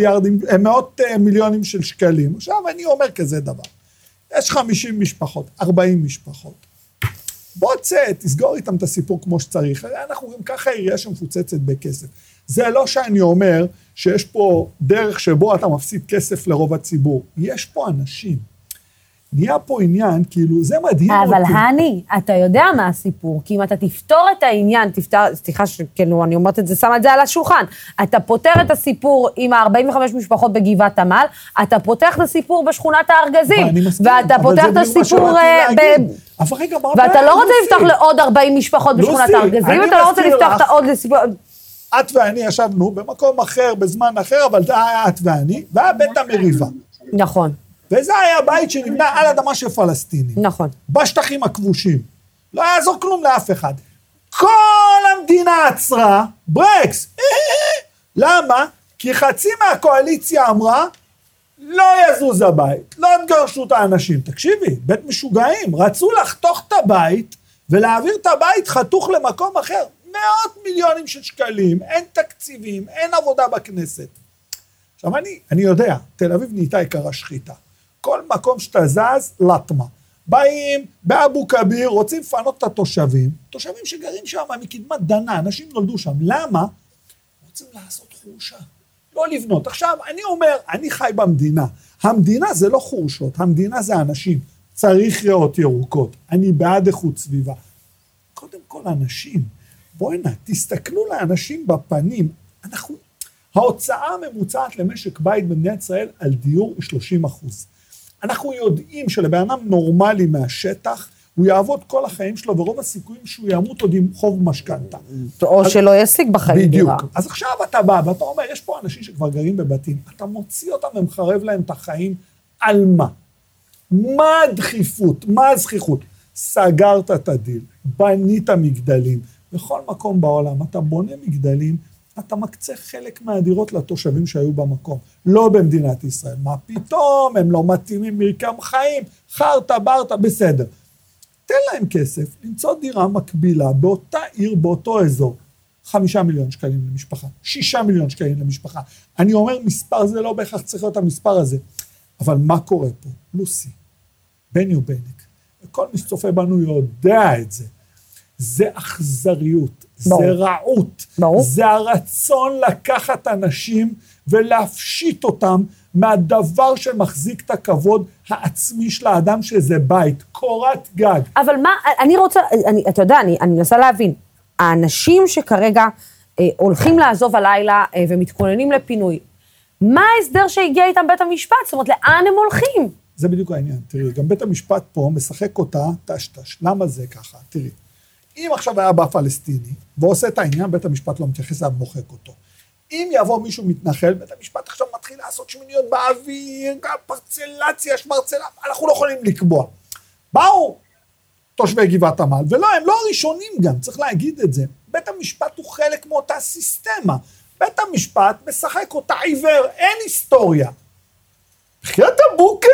מאות מיליונים של שקלים. עכשיו אני אומר כזה דבר. יש 50 משפחות, 40 משפחות. בוא צא, תסגור איתם את הסיפור כמו שצריך. אנחנו רואים ככה עירייה שמפוצצת בכסף. זה לא שאני אומר שיש פה דרך שבו אתה מפסיד כסף לרוב הציבור. יש פה אנשים. נהיה פה עניין, כאילו, זה מדהים אותי. אבל הני, אתה יודע מה הסיפור, כי אם אתה תפתור את העניין, סליחה שכאילו, אני אומרת את זה, שם את זה על השולחן, אתה פותר את הסיפור עם ה-45 משפחות בגבעת עמל, אתה פותח את הסיפור בשכונת הארגזים, ואתה פותח את הסיפור ואתה לא רוצה לפתוח לעוד 40 משפחות בשכונת הארגזים, אתה לא רוצה לפתוח עוד לסיפור... את ואני ישבנו במקום אחר, בזמן אחר, אבל זה היה את ואני, והיה בית המריבה. נכון. וזה היה בית שנבנה על אדמה של פלסטינים. נכון. בשטחים הכבושים. לא יעזור כלום לאף אחד. כל המדינה עצרה, ברקס. למה? כי חצי מהקואליציה אמרה, לא יזוז הבית, לא תגרשו את האנשים. תקשיבי, בית משוגעים, רצו לחתוך את הבית, ולהעביר את הבית חתוך למקום אחר. 100 מיליונים של שקלים, אין תקציבים, אין עבודה בכנסת. עכשיו אני יודע, תל אביב נהייתה עיקר השחיטה. כל מקום שאתה זז, לטמה. באים באבו כביר, רוצים לפנות את התושבים, תושבים שגרים שם מקדמת דנה, אנשים נולדו שם. למה? רוצים לעשות חורשה, לא לבנות. עכשיו, אני אומר, אני חי במדינה. המדינה זה לא חורשות, המדינה זה אנשים. צריך ריאות ירוקות. אני בעד איכות סביבה. קודם כל, אנשים. בואי נה, תסתכלו לאנשים בפנים. ההוצאה הממוצעת למשק בית במדינת ישראל על דיור היא 30%. אנחנו יודעים שלבאדם נורמלי מהשטח, הוא יעבוד כל החיים שלו, ורוב הסיכויים שהוא ימות עוד עם חוב משכנתה. או שלא ישיג בחיים דירה. בדיוק. אז עכשיו אתה בא, ואתה אומר, יש פה אנשים שכבר גרים בבתים, אתה מוציא אותם ומחרב להם את החיים, על מה? מה הדחיפות? מה הזכיחות? סגרת את הדיל, בנית מגדלים. בכל מקום בעולם, אתה בונה מגדלים, אתה מקצה חלק מהדירות לתושבים שהיו במקום, לא במדינת ישראל. מה פתאום, הם לא מתאימים מרקם חיים, חרטה, ברטה, בסדר. תן להם כסף, למצוא דירה מקבילה באותה עיר, באותו אזור. 5 מיליון שקלים למשפחה, 6 מיליון שקלים למשפחה. אני אומר, מספר זה לא בהכרח צריך להיות המספר הזה. אבל מה קורה פה? לוסי, בני ובנק, וכל מי שצופה בנו יודע את זה. זה אכזריות, זה רעות, זה הרצון לקחת אנשים ולהפשיט אותם מהדבר שמחזיק את הכבוד העצמי של האדם שזה בית, קורת גג. אבל מה, אני רוצה, אתה יודע, אני מנסה להבין, האנשים שכרגע הולכים לעזוב הלילה ומתכוננים לפינוי, מה ההסדר שהגיע איתם בית המשפט? זאת אומרת, לאן הם הולכים? זה בדיוק העניין, תראי, גם בית המשפט פה משחק אותה טשטש, למה זה ככה? תראי. אם עכשיו היה בא פלסטיני, ועושה את העניין, בית המשפט לא מתייחס אליו, מוחק אותו. אם יבוא מישהו מתנחל, בית המשפט עכשיו מתחיל לעשות שמיניות באוויר, פרצלציה, שמרצלה, אנחנו לא יכולים לקבוע. באו תושבי גבעת עמל, ולא, הם לא הראשונים גם, צריך להגיד את זה. בית המשפט הוא חלק מאותה סיסטמה. בית המשפט משחק אותה עיוור, אין היסטוריה. בחיית הבוקר?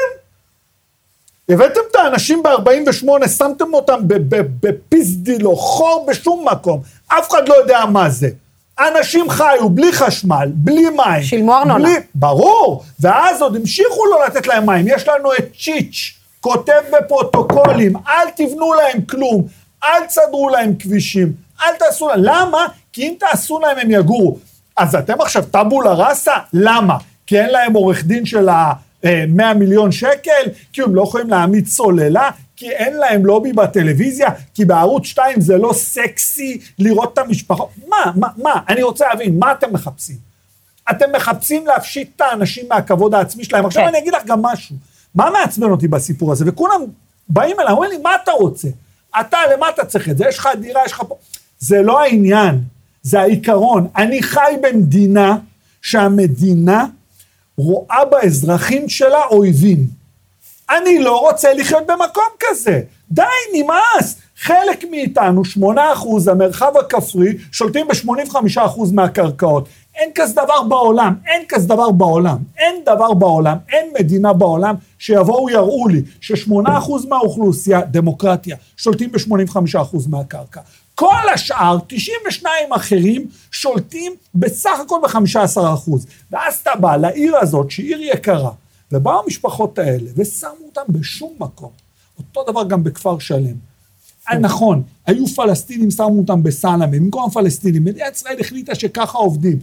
הבאתם את האנשים ב-48, שמתם אותם בפיסדילו, חור בשום מקום, אף אחד לא יודע מה זה. אנשים חיו בלי חשמל, בלי מים. שילמו ארנונה. ברור, ואז עוד המשיכו לא לתת להם מים. יש לנו את צ'יץ', כותב בפרוטוקולים, אל תבנו להם כלום, אל תסדרו להם כבישים, אל תעשו להם. למה? כי אם תעשו להם הם יגורו. אז אתם עכשיו טבולה ראסה? למה? כי אין להם עורך דין של 100 מיליון שקל, כי הם לא יכולים להעמיד סוללה, כי אין להם לובי בטלוויזיה, כי בערוץ 2 זה לא סקסי לראות את המשפחות. מה? אני רוצה להבין, מה אתם מחפשים? אתם מחפשים להפשיט את האנשים מהכבוד העצמי שלהם. עכשיו אני אגיד לך גם משהו. מה מעצבן אותי בסיפור הזה? וכולם באים אליי, אומרים לי, מה אתה רוצה? אתה, למה אתה צריך את זה? יש לך דירה, יש לך פה. זה לא העניין, זה העיקרון. אני חי במדינה שהמדינה רואה באזרחים שלה אויבים. אני לא רוצה לחיות במקום כזה. די, נמאס. חלק מאיתנו, 8%, המרחב הכפרי, שולטים ב-85% מהקרקעות. אין כזה דבר בעולם, אין כזה דבר בעולם, אין דבר בעולם, אין מדינה בעולם שיבואו יראו לי ש8% מהאוכלוסייה, דמוקרטיה, שולטים ב-85% מהקרקע. כל השאר, 92 אחרים, שולטים בסך הכל ב-15%. ואז אתה בא לעיר הזאת, שהיא עיר יקרה, ובאו המשפחות האלה, ושמו אותם בשום מקום. אותו דבר גם בכפר שלם. נכון, היו פלסטינים, שמו אותם בסלמה, במקום פלסטינים, מדינת ישראל החליטה שככה עובדים.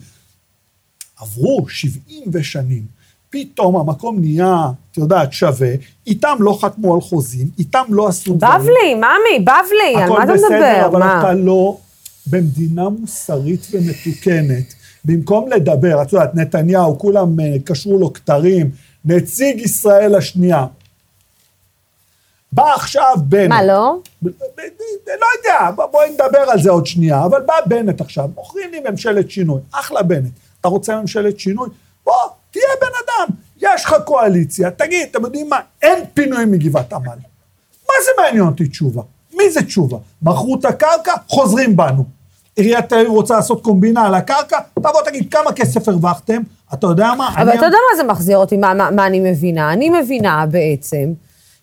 עברו 70 ושנים, פתאום המקום נהיה, את יודעת, שווה, איתם לא חתמו על חוזים, איתם לא עשו דברים. בבלי, ממי, בבלי, על מה אתה מדבר? הכל בסדר, אבל אתה לא, במדינה מוסרית ומתוקנת, במקום לדבר, את יודעת, נתניהו, כולם קשרו לו כתרים, נציג ישראל השנייה, בא עכשיו בנט. מה, לא? לא יודע, בואי נדבר על זה עוד שנייה, אבל בא בנט עכשיו, מוכרים לי ממשלת שינוי, אחלה בנט, אתה רוצה ממשלת שינוי? בוא, תהיה בן אדם, יש לך קואליציה, תגיד, אתם יודעים מה, אין פינויים מגבעת עמל. מה זה מעניין אותי תשובה? מי זה תשובה? מכרו את הקרקע, חוזרים בנו. עיריית תל אביב רוצה לעשות קומבינה על הקרקע, תבוא תגיד כמה כסף הרווחתם, אתה יודע מה? אבל אתה יודע מה זה מחזיר אותי, מה אני מבינה? אני מבינה בעצם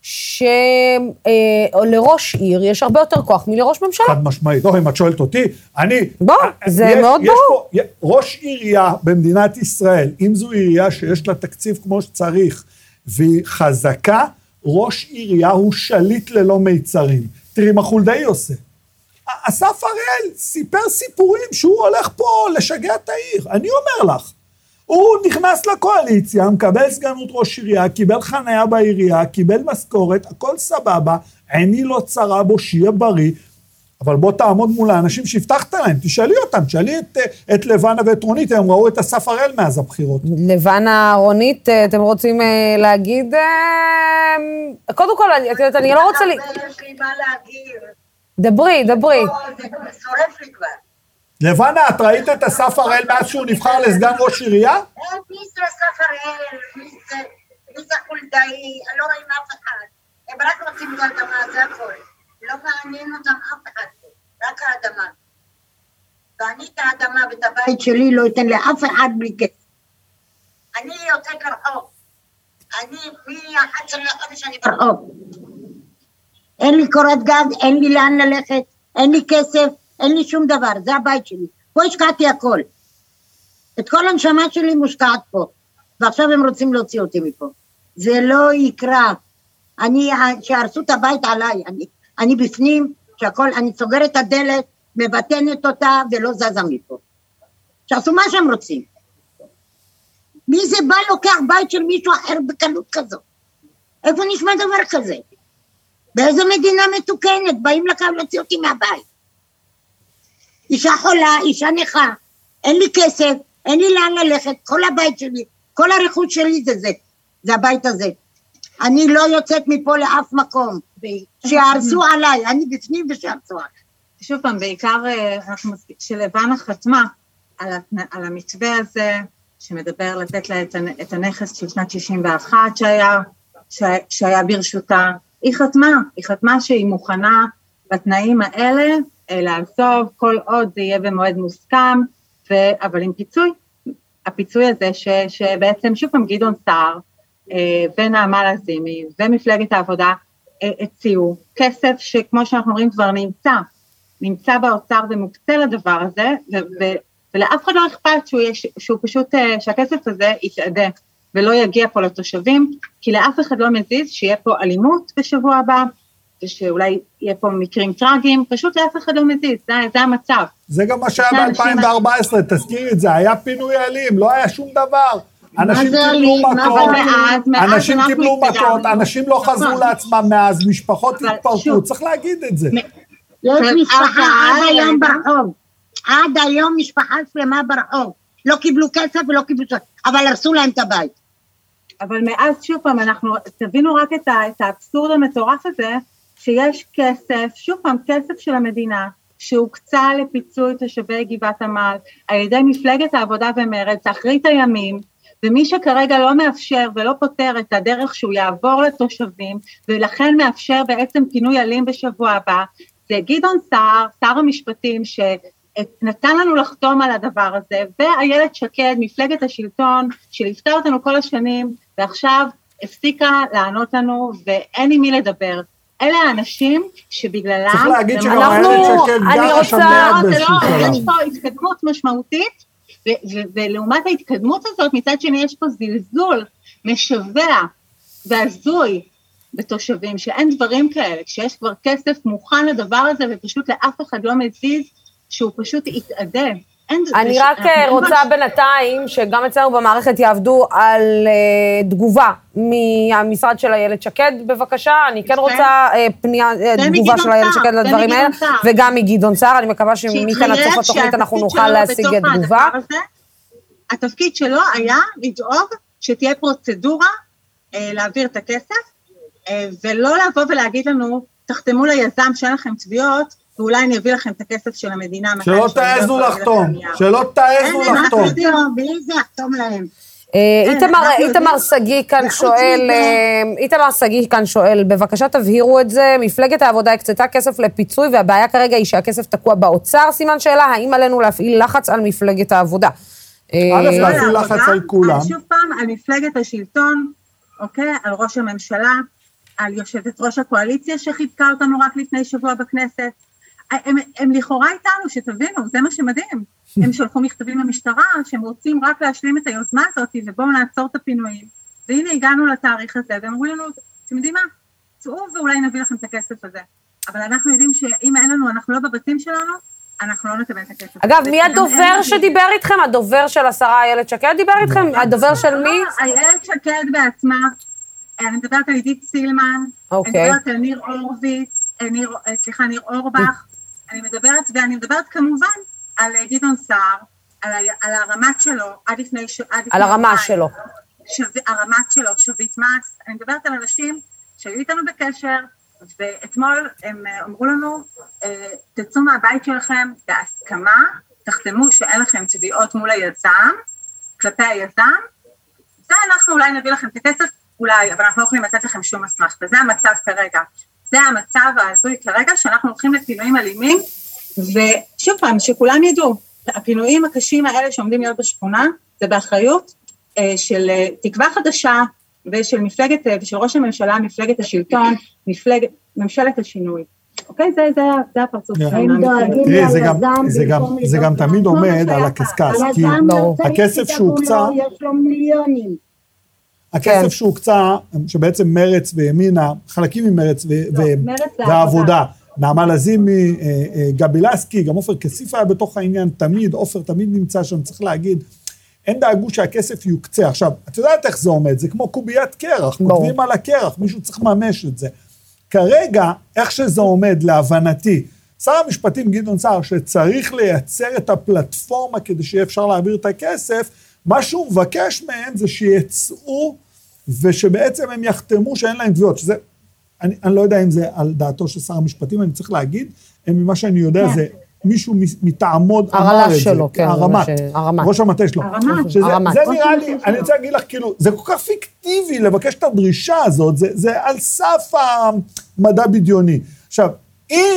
שלראש עיר יש הרבה יותר כוח מלראש ממשלה. חד משמעית, לא, אם את שואלת אותי, בוא, זה מאוד ברור. ראש עירייה במדינת ישראל, אם זו עירייה שיש לה תקציב כמו שצריך, והיא חזקה, ראש עירייה הוא שליט ללא מיצרים. תראי מה חולדאי עושה. אסף הראל סיפר סיפורים שהוא הולך פה לשגע את העיר. אני אומר לך, הוא נכנס לקואליציה, מקבל סגנות ראש עירייה, קיבל חניה בעירייה, קיבל משכורת, הכל סבבה, עיני לא צרה בו, שיהיה בריא, אבל בוא תעמוד מול האנשים שהבטחת להם, תשאלי אותם, תשאלי את לבנה ואת רונית, הם ראו את אסף הראל מאז הבחירות. לבנה, רונית, אתם רוצים להגיד? קודם כל, אני לא רוצה... יש לי מה להגיד. דברי. זה שורף לי כבר. לבנה, את ראית את אסף הראל מאז שהוא נבחר לסגן ראש עירייה? מי זה אסף הראל? מי זה חולדאי? אני לא רואים אף אחד. הם רק רוצים את האדמה, זה הכל. לא מעניין אותם אף אחד, רק האדמה. ואני את האדמה ואת הבית שלי לא אתן לאף אחד בלי כסף. אני יוצאת לרחוב. אני מ-11 לחודש אני ברחוב. אין לי קורת גג, אין לי לאן ללכת, אין לי כסף, אין לי שום דבר, זה הבית שלי. פה השקעתי הכל. את כל הנשמה שלי מושקעת פה. ועכשיו הם רוצים להוציא אותי מפה. זה לא יקרה. שהרסו את הבית עליי. אני בפנים, שהכל, אני סוגרת את הדלת, מבטנת אותה ולא זזה מפה. שעשו מה שהם רוצים. מי זה בא לוקח בית של מישהו אחר בקלות כזו? איפה נשמע דבר כזה? באיזה מדינה מתוקנת באים לכאן להוציא אותי מהבית? אישה חולה, אישה נכה, אין לי כסף, אין לי לאן ללכת, כל הבית שלי, כל הרכוש שלי זה הבית הזה. אני לא יוצאת מפה לאף מקום, שיערסו עליי, אני בפנים ושיערסו עליי. שוב פעם, בעיקר שלבנה חתמה על המתווה הזה, שמדבר לתת לה את הנכס של שנת 61 שהיה ברשותה, היא חתמה שהיא מוכנה בתנאים האלה לעזוב, כל עוד זה יהיה במועד מוסכם, אבל עם פיצוי. הפיצוי הזה שבעצם שוב פעם גדעון סער, ונעמה לזימי, ומפלגת העבודה, הציעו כסף שכמו שאנחנו אומרים כבר נמצא באוצר ומוקצה לדבר הזה, ולאף אחד לא אכפת שהוא פשוט, שהכסף הזה יתעדה, ולא יגיע פה לתושבים, כי לאף אחד לא מזיז שיהיה פה אלימות בשבוע הבא, ושאולי יהיה פה מקרים טרגיים, פשוט לאף אחד לא מזיז, זה המצב. זה גם מה שהיה ב-2014, תזכירי את זה, היה פינוי אלים, לא היה שום דבר. אנשים קיבלו מכות, אנשים לא חזרו לעצמם מאז, משפחות התפרקו, צריך להגיד את זה. יש משפחה עד היום ברחוב, עד היום משפחה שלמה ברחוב, לא קיבלו כסף ולא קיבלו כסף, אבל הרסו להם את הבית. אבל מאז שוב פעם, אנחנו תבינו רק את האבסורד המטורף הזה, שיש כסף, שוב פעם, כסף של המדינה, שהוקצה לפיצוי תושבי גבעת עמל, על ידי מפלגת העבודה ומרצ, אחרית הימים, ומי שכרגע לא מאפשר ולא פותר את הדרך שהוא יעבור לתושבים, ולכן מאפשר בעצם פינוי אלים בשבוע הבא, זה גדעון סער, שר המשפטים, שנתן לנו לחתום על הדבר הזה, ואיילת שקד, מפלגת השלטון, שליוותה אותנו כל השנים, ועכשיו הפסיקה לענות לנו, ואין עם מי לדבר. אלה האנשים שבגללם... צריך להגיד שגם איילת שקד גרה שם ליד באיזשהו שלב. יש פה התקדמות משמעותית, ולעומת ההתקדמות הזאת, מצד שני יש פה זלזול משווה והזוי בתושבים, שאין דברים כאלה, כשיש כבר כסף מוכן לדבר הזה, ופשוט לאף אחד לא מזיז, שהוא פשוט יתעדה. אני רק רוצה בינתיים, שגם אצלנו במערכת יעבדו על תגובה מהמשרד של איילת שקד, בבקשה, אני כן רוצה תגובה של איילת שקד לדברים האלה, וגם מגדעון סער, אני מקווה שמכאן עד סוף התוכנית אנחנו נוכל להשיג את תגובה. התפקיד שלו היה לדאוג שתהיה פרוצדורה להעביר את הכסף, ולא לבוא ולהגיד לנו, תחתמו ליזם שאין לכם תביעות, ואולי אני אביא לכם את הכסף של המדינה. שלא תעזו לחתום, שלא תעזו לחתום. בלי זה יחתום להם. איתמר סגי כאן שואל, בבקשה תבהירו את זה, מפלגת העבודה הקצתה כסף לפיצוי, והבעיה כרגע היא שהכסף תקוע באוצר, סימן שאלה, האם עלינו להפעיל לחץ על מפלגת העבודה? להפעיל לחץ על כולם. שוב פעם, על מפלגת השלטון, אוקיי, על ראש הממשלה, על יושבת ראש הקואליציה שחיבקה אותנו רק לפני שבוע בכנסת, הם לכאורה איתנו, שתבינו, זה מה שמדהים. הם שלחו מכתבים למשטרה, שהם רוצים רק להשלים את היוזמה הזאת, ובואו נעצור את הפינויים. והנה הגענו לתאריך הזה, והם אמרו לנו, אתם יודעים מה? צאו ואולי נביא לכם את הכסף הזה. אבל אנחנו יודעים שאם אין לנו, אנחנו לא בבתים שלנו, אנחנו לא נקבל את הכסף. אגב, מי הדובר שדיבר איתכם? הדובר של השרה איילת שקד דיבר איתכם? הדובר של מי? איילת שקד בעצמה, אני מדברת על עידית סילמן, אני מדברת על ניר אורבך, ואני מדברת כמובן על גדעון סער, על הרמת שלו, עד לפני... על הרמה שלו. הרמת שלו, שביט מס, אני מדברת על אנשים שהיו איתנו בקשר, ואתמול הם אמרו לנו, תצאו מהבית שלכם בהסכמה, תחתמו שאין לכם תביעות מול היזם, כלפי היזם, ואנחנו אולי נביא לכם את הכסף, אולי, אבל אנחנו לא יכולים לתת לכם שום מסמך, וזה המצב כרגע. זה המצב ההזוי כרגע, שאנחנו הולכים לפינויים אלימים, ושוב פעם, שכולם ידעו, הפינויים הקשים האלה שעומדים להיות בשכונה, זה באחריות של תקווה חדשה, ושל מפלגת, ושל ראש הממשלה, מפלגת השלטון, ממשלת השינוי. אוקיי? זה הפרצוף. תראי, זה גם תמיד עומד על הקסקס, כי הכסף שהוקצה, יש לו מיליונים. הכסף שהוקצה, שבעצם מרץ וימינה, חלקים ממרץ והעבודה, נעמה לזימי, גבי לסקי, גם עופר כסיף היה בתוך העניין, תמיד, עופר תמיד נמצא שם, צריך להגיד, אין דאגו שהכסף יוקצה. עכשיו, את יודעת איך זה עומד, זה כמו קוביית קרח, כותבים על הקרח, מישהו צריך לממש את זה. כרגע, איך שזה עומד, להבנתי, שר המשפטים גדעון סער, שצריך לייצר את הפלטפורמה כדי שיהיה אפשר להעביר את הכסף, מה שהוא מבקש מהם זה שיצאו, ושבעצם הם יחתמו שאין להם תביעות, שזה, אני לא יודע אם זה על דעתו של שר המשפטים, אני צריך להגיד, ממה שאני יודע זה מישהו מטעמו אמר את זה, הרמת, ראש המטה שלו. זה נראה לי, אני רוצה להגיד לך, כאילו, זה כל כך פיקטיבי לבקש את הדרישה הזאת, זה על סף המדע בדיוני. עכשיו, אם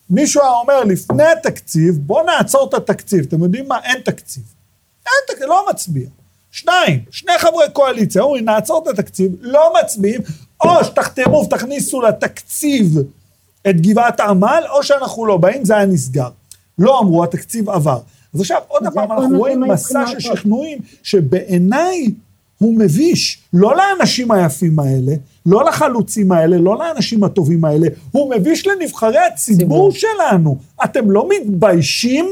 מישהו היה אומר, לפני התקציב, בוא נעצור את התקציב. אתם יודעים מה? אין תקציב. אין תקציב, לא מצביע. שני חברי קואליציה, אומרים, נעצור את התקציב, לא מצביעים, או שתחתמו ותכניסו לתקציב את גבעת העמל, או שאנחנו לא באים, זה היה נסגר. לא אמרו, התקציב עבר. אז עכשיו, עוד פעם, אנחנו רואים מסע של שכנועים, שבעיניי הוא מביש, לא לאנשים היפים האלה, לא לחלוצים האלה, לא לאנשים הטובים האלה, הוא מביש לנבחרי הציבור שלנו. אתם לא מתביישים?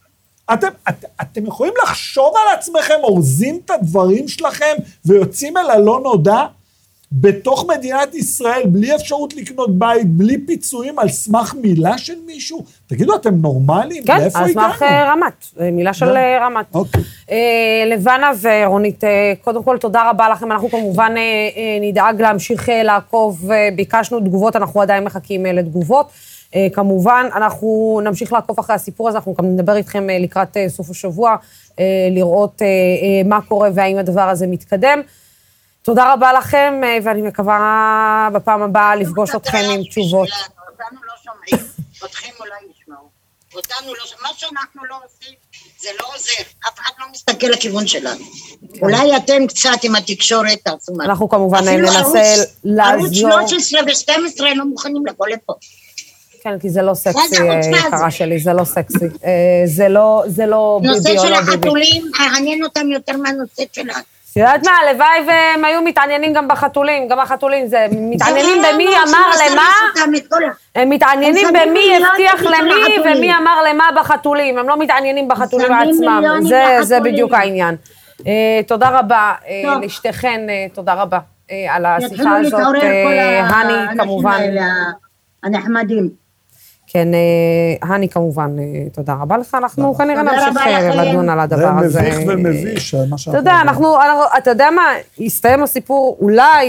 אתם יכולים לחשוב על עצמכם, אורזים את הדברים שלכם, ויוצאים אל הלא נודע, בתוך מדינת ישראל, בלי אפשרות לקנות בית, בלי פיצויים על סמך מילה של מישהו? תגידו, אתם נורמליים? כן, על סמך רמת, מילה של רמת. אוקיי. לבנה ורונית, קודם כל תודה רבה לכם, אנחנו כמובן נדאג להמשיך לעקוב, ביקשנו תגובות, אנחנו עדיין מחכים לתגובות, כמובן אנחנו נמשיך לעקוב אחרי הסיפור הזה, אנחנו גם נדבר איתכם לקראת סוף השבוע, לראות מה קורה והאם הדבר הזה מתקדם. תודה רבה לכם, ואני מקווה בפעם הבאה לפגוש אתכם עם תשובות. אותנו לא שומעים, אותכם אולי ישמעו. אותנו לא שומעים, מה שאנחנו לא עושים, זה לא עוזר, אף אחד לא מסתכל לכיוון שלנו. אולי אתם קצת עם התקשורת תעשו משהו. אנחנו כמובן ננסה לעזור. ערוץ 13 ו-12 לא מוכנים לבוא לפה. כן, כי זה לא סקסי, יקרה שלי, זה לא סקסי. זה לא ביבי או לא ביבי. נושא של החתולים, מעניין אותם יותר מהנושא שלנו. יודעת מה, הלוואי והם היו מתעניינים גם בחתולים, גם החתולים זה, מתעניינים במי אמר למה, הם מתעניינים במי הבטיח למי, ומי אמר למה בחתולים, הם לא מתעניינים בחתולים עצמם, זה בדיוק העניין. תודה רבה לשתיכן, תודה רבה על השיחה הזאת, הני כמובן. הנחמדים. כן, הני כמובן, תודה רבה לך, אנחנו כנראה נמשיך לדון על הדבר הזה. זה מביך ומביש, מה שאנחנו... אתה יודע, אתה יודע מה, יסתיים הסיפור,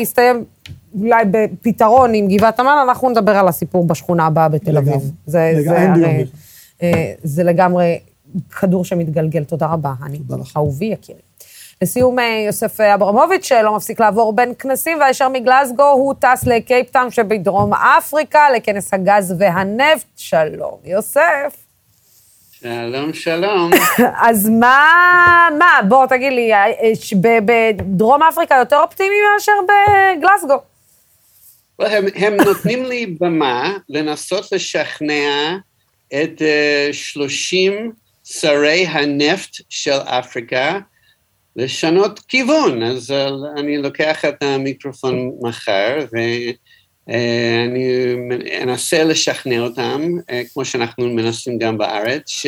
אולי בפתרון עם גבעת עמל, אנחנו נדבר על הסיפור בשכונה הבאה בתל אביב. זה לגמרי כדור שמתגלגל, תודה רבה, הני, אהובי יקירי. לסיום, יוסף אברמוביץ' שלא מפסיק לעבור בין כנסים, והישר מגלסגו הוא טס לקייפטאון שבדרום אפריקה, לכנס הגז והנפט. שלום, יוסף. שלום, שלום. אז מה, בוא תגיד לי, בדרום אפריקה יותר אופטימי מאשר בגלסגו? הם נותנים לי במה לנסות לשכנע את 30 שרי הנפט של אפריקה, לשנות כיוון, אז אני לוקח את המיקרופון מחר, ואני אנסה לשכנע אותם, כמו שאנחנו מנסים גם בארץ,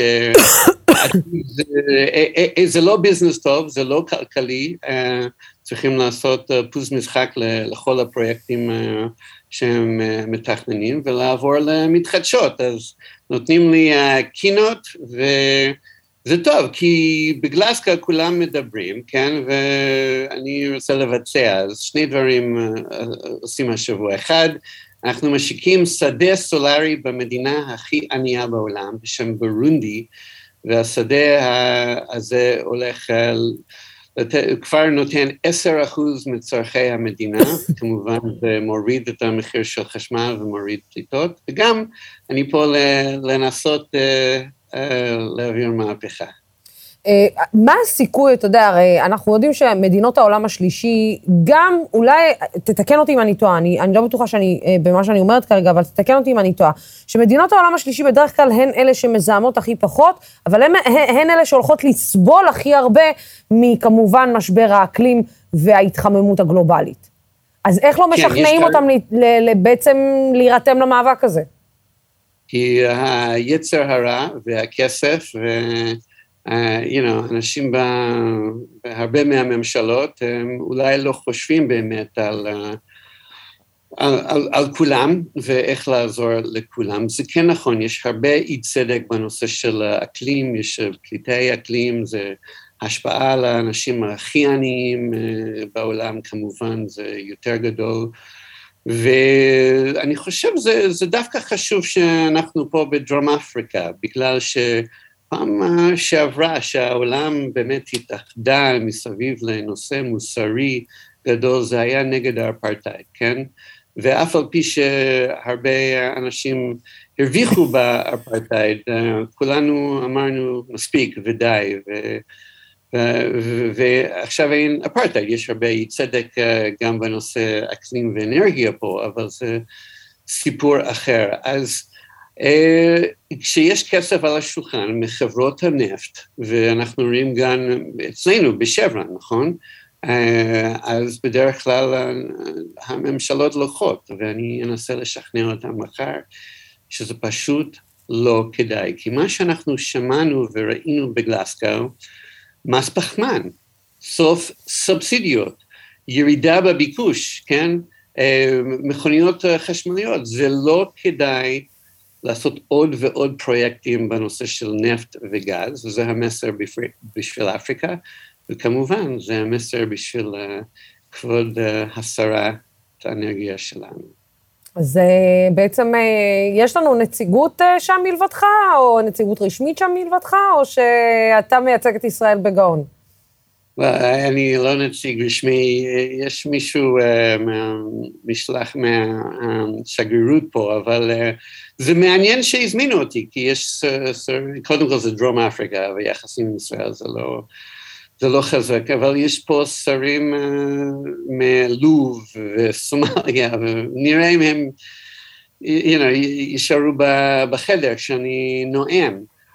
שזה לא ביזנס טוב, זה לא כלכלי, צריכים לעשות פוז משחק לכל הפרויקטים שהם מתכננים, ולעבור למתחדשות, אז נותנים לי קינות, זה טוב, כי בגלסגו כולם מדברים, כן, ואני רוצה לבצע, אז שני דברים עושים השבוע. אחד, אנחנו משיקים שדה סולרי במדינה הכי ענייה בעולם, בשם ברונדי, והשדה הזה הולך, כבר נותן 10% מצורכי המדינה, כמובן זה מוריד את המחיר של חשמל ומוריד פליטות, וגם אני פה לנסות להעביר מהפכה. מה הסיכוי, אתה יודע, הרי אנחנו יודעים שמדינות העולם השלישי, גם אולי, תתקן אותי אם אני טועה, אני לא בטוחה במה שאני אומרת כרגע, אבל תתקן אותי אם אני טועה, שמדינות העולם השלישי בדרך כלל הן אלה שמזהמות הכי פחות, אבל הן אלה שהולכות לסבול הכי הרבה מכמובן משבר האקלים וההתחממות הגלובלית. אז איך לא משכנעים אותם בעצם להירתם למאבק הזה? כי היצר הרע והכסף, אנשים בהרבה מהממשלות, הם אולי לא חושבים באמת על כולם, ואיך לעזור לכולם. זה כן נכון, יש הרבה אי צדק בנושא של אקלים, יש פליטי אקלים, זה השפעה על האנשים הכי עניים בעולם, כמובן, זה יותר גדול, ואני חושב זה דווקא חשוב שאנחנו פה בדרום אפריקה, בגלל שפעם שעברה שהעולם באמת התאחדה מסביב לנושא מוסרי גדול, זה היה נגד האפרטהייד, כן? ואף על פי שהרבה אנשים הרוויחו באפרטהייד, כולנו אמרנו מספיק ודי, ועכשיו אין אפרטהייד, יש הרבה צדק גם בנושא אקלים ואנרגיה פה, אבל זה סיפור אחר. אז כשיש כסף על השולחן מחברות הנפט, ואנחנו רואים גם אצלנו בשברון, נכון? אז בדרך כלל הממשלות לוקחות, ואני אנסה לשכנע אותם מחר, שזה פשוט לא כדאי. כי מה שאנחנו שמענו וראינו בגלסגו, מס פחמן, סוף סובסידיות, ירידה בביקוש, כן? מכוניות חשמליות, זה לא כדאי לעשות עוד ועוד פרויקטים בנושא של נפט וגז, וזה המסר בשביל אפריקה, וכמובן זה המסר בשביל כבוד השרת האנרגיה שלנו. אז בעצם יש לנו נציגות שם מלבדך, או נציגות רשמית שם מלבדך, או שאתה מייצג את ישראל בגאון? אני לא נציג רשמי, יש מישהו משלח מהשגרירות פה, אבל זה מעניין שהזמינו אותי, כי יש, קודם כל זה דרום אפריקה, ויחסים עם ישראל זה לא חזק, אבל יש פה שרים מלוב וסומליה, ונראה אם הם יישארו בחדר כשאני נואם,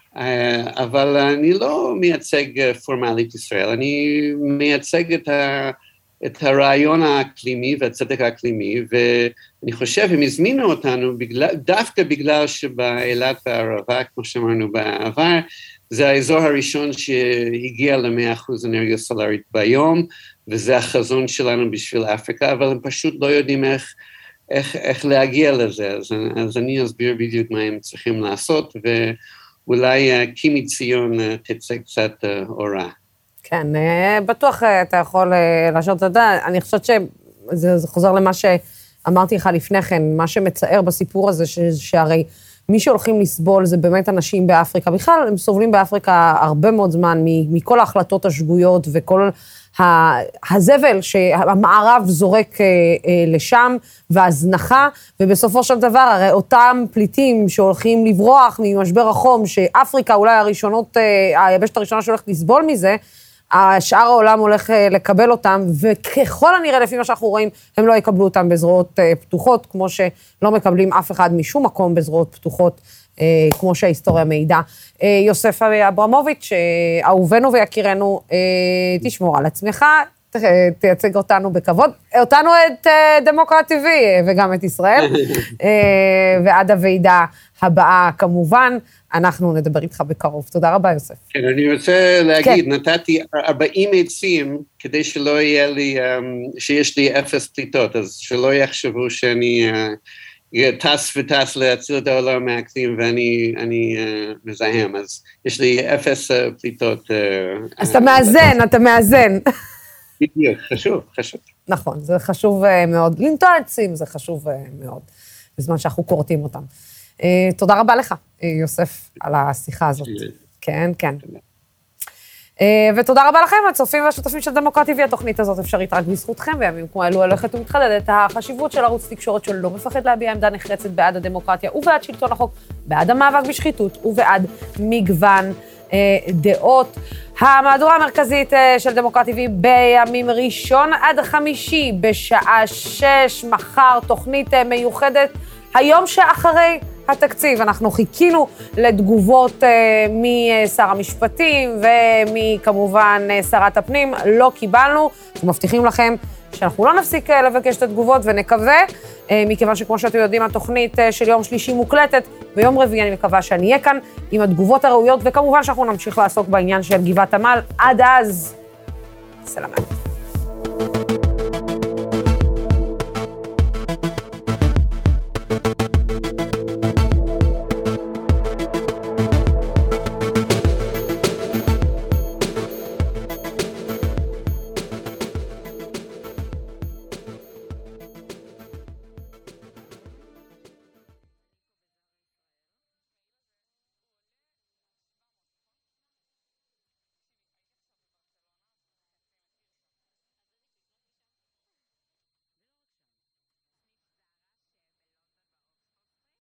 אבל אני לא מייצג פורמלית ישראל, אני מייצג את הרעיון האקלימי והצדק האקלימי, ואני חושב, הם הזמינו אותנו דווקא בגלל שבאילת והערבה, כמו שאמרנו בעבר, זה האזור הראשון שהגיע ל100% אנרגיה סולרית ביום, וזה החזון שלנו בשביל אפריקה, אבל הם פשוט לא יודעים איך להגיע לזה, אז אני אסביר בדיוק מה הם צריכים לעשות, ואולי קימי ציון תצא קצת אורה. כן, בטוח אתה יכול לשאול את הדעת, אני חושבת שזה חוזר למה שאמרתי לך לפני כן, מה שמצער בסיפור הזה, שהרי מי שהולכים לסבול זה באמת אנשים באפריקה, בכלל הם סובלים באפריקה הרבה מאוד זמן מכל ההחלטות השגויות וכל הזבל שהמערב זורק לשם והזנחה, ובסופו של דבר הרי אותם פליטים שהולכים לברוח ממשבר החום, שאפריקה אולי היבשת הראשונה שהולכת לסבול מזה, השאר העולם הולך לקבל אותם, וככל הנראה לפי מה שאנחנו רואים, הם לא יקבלו אותם בזרועות פתוחות, כמו שלא מקבלים אף אחד משום מקום בזרועות פתוחות, כמו שההיסטוריה מעידה. יוסף אברמוביץ', אהובנו ויקירנו, תשמור על עצמך, תייצג אותנו בכבוד, אותנו את דמוקרט TV וגם את ישראל, ועד הוועידה הבאה כמובן, אנחנו נדבר איתך בקרוב. תודה רבה, יוסף. כן, אני רוצה להגיד, נתתי 40 עצים כדי שלא יהיה לי, שיש לי 0 פליטות, אז שלא יחשבו שאני טס וטס להציל את העולם מהאקלים ואני מזהם, אז יש לי 0 פליטות. אז אתה מאזן. בדיוק, חשוב. נכון, זה חשוב מאוד. לנטוע עצים זה חשוב מאוד, בזמן שאנחנו קוראים אותם. תודה רבה לך, יוסף, על השיחה הזאת. כן. ותודה רבה לכם, הצופים והשותפים של דמוקרט TV, התוכנית הזאת אפשרית רק בזכותכם, וימים כמו אלו הולכת ומתחדדת, החשיבות של ערוץ תקשורת שלא מפחד להביע עמדה נחרצת בעד הדמוקרטיה ובעד שלטון החוק, בעד המאבק בשחיתות ובעד מגוון דעות. המהדורה המרכזית של דמוקרט TV בימים ראשון עד חמישי בשעה 6, מחר תוכנית מיוחדת, היום שאחרי התקציב. אנחנו חיכינו לתגובות משר המשפטים ומכמובן שרת הפנים, לא קיבלנו, מבטיחים לכם שאנחנו לא נפסיק לבקש את התגובות ונקווה, מכיוון שכמו שאתם יודעים, התוכנית של יום שלישי מוקלטת, ביום רביעי אני מקווה שאני אהיה כאן עם התגובות הראויות, וכמובן שאנחנו נמשיך לעסוק בעניין של גבעת עמל. עד אז, סלאמת.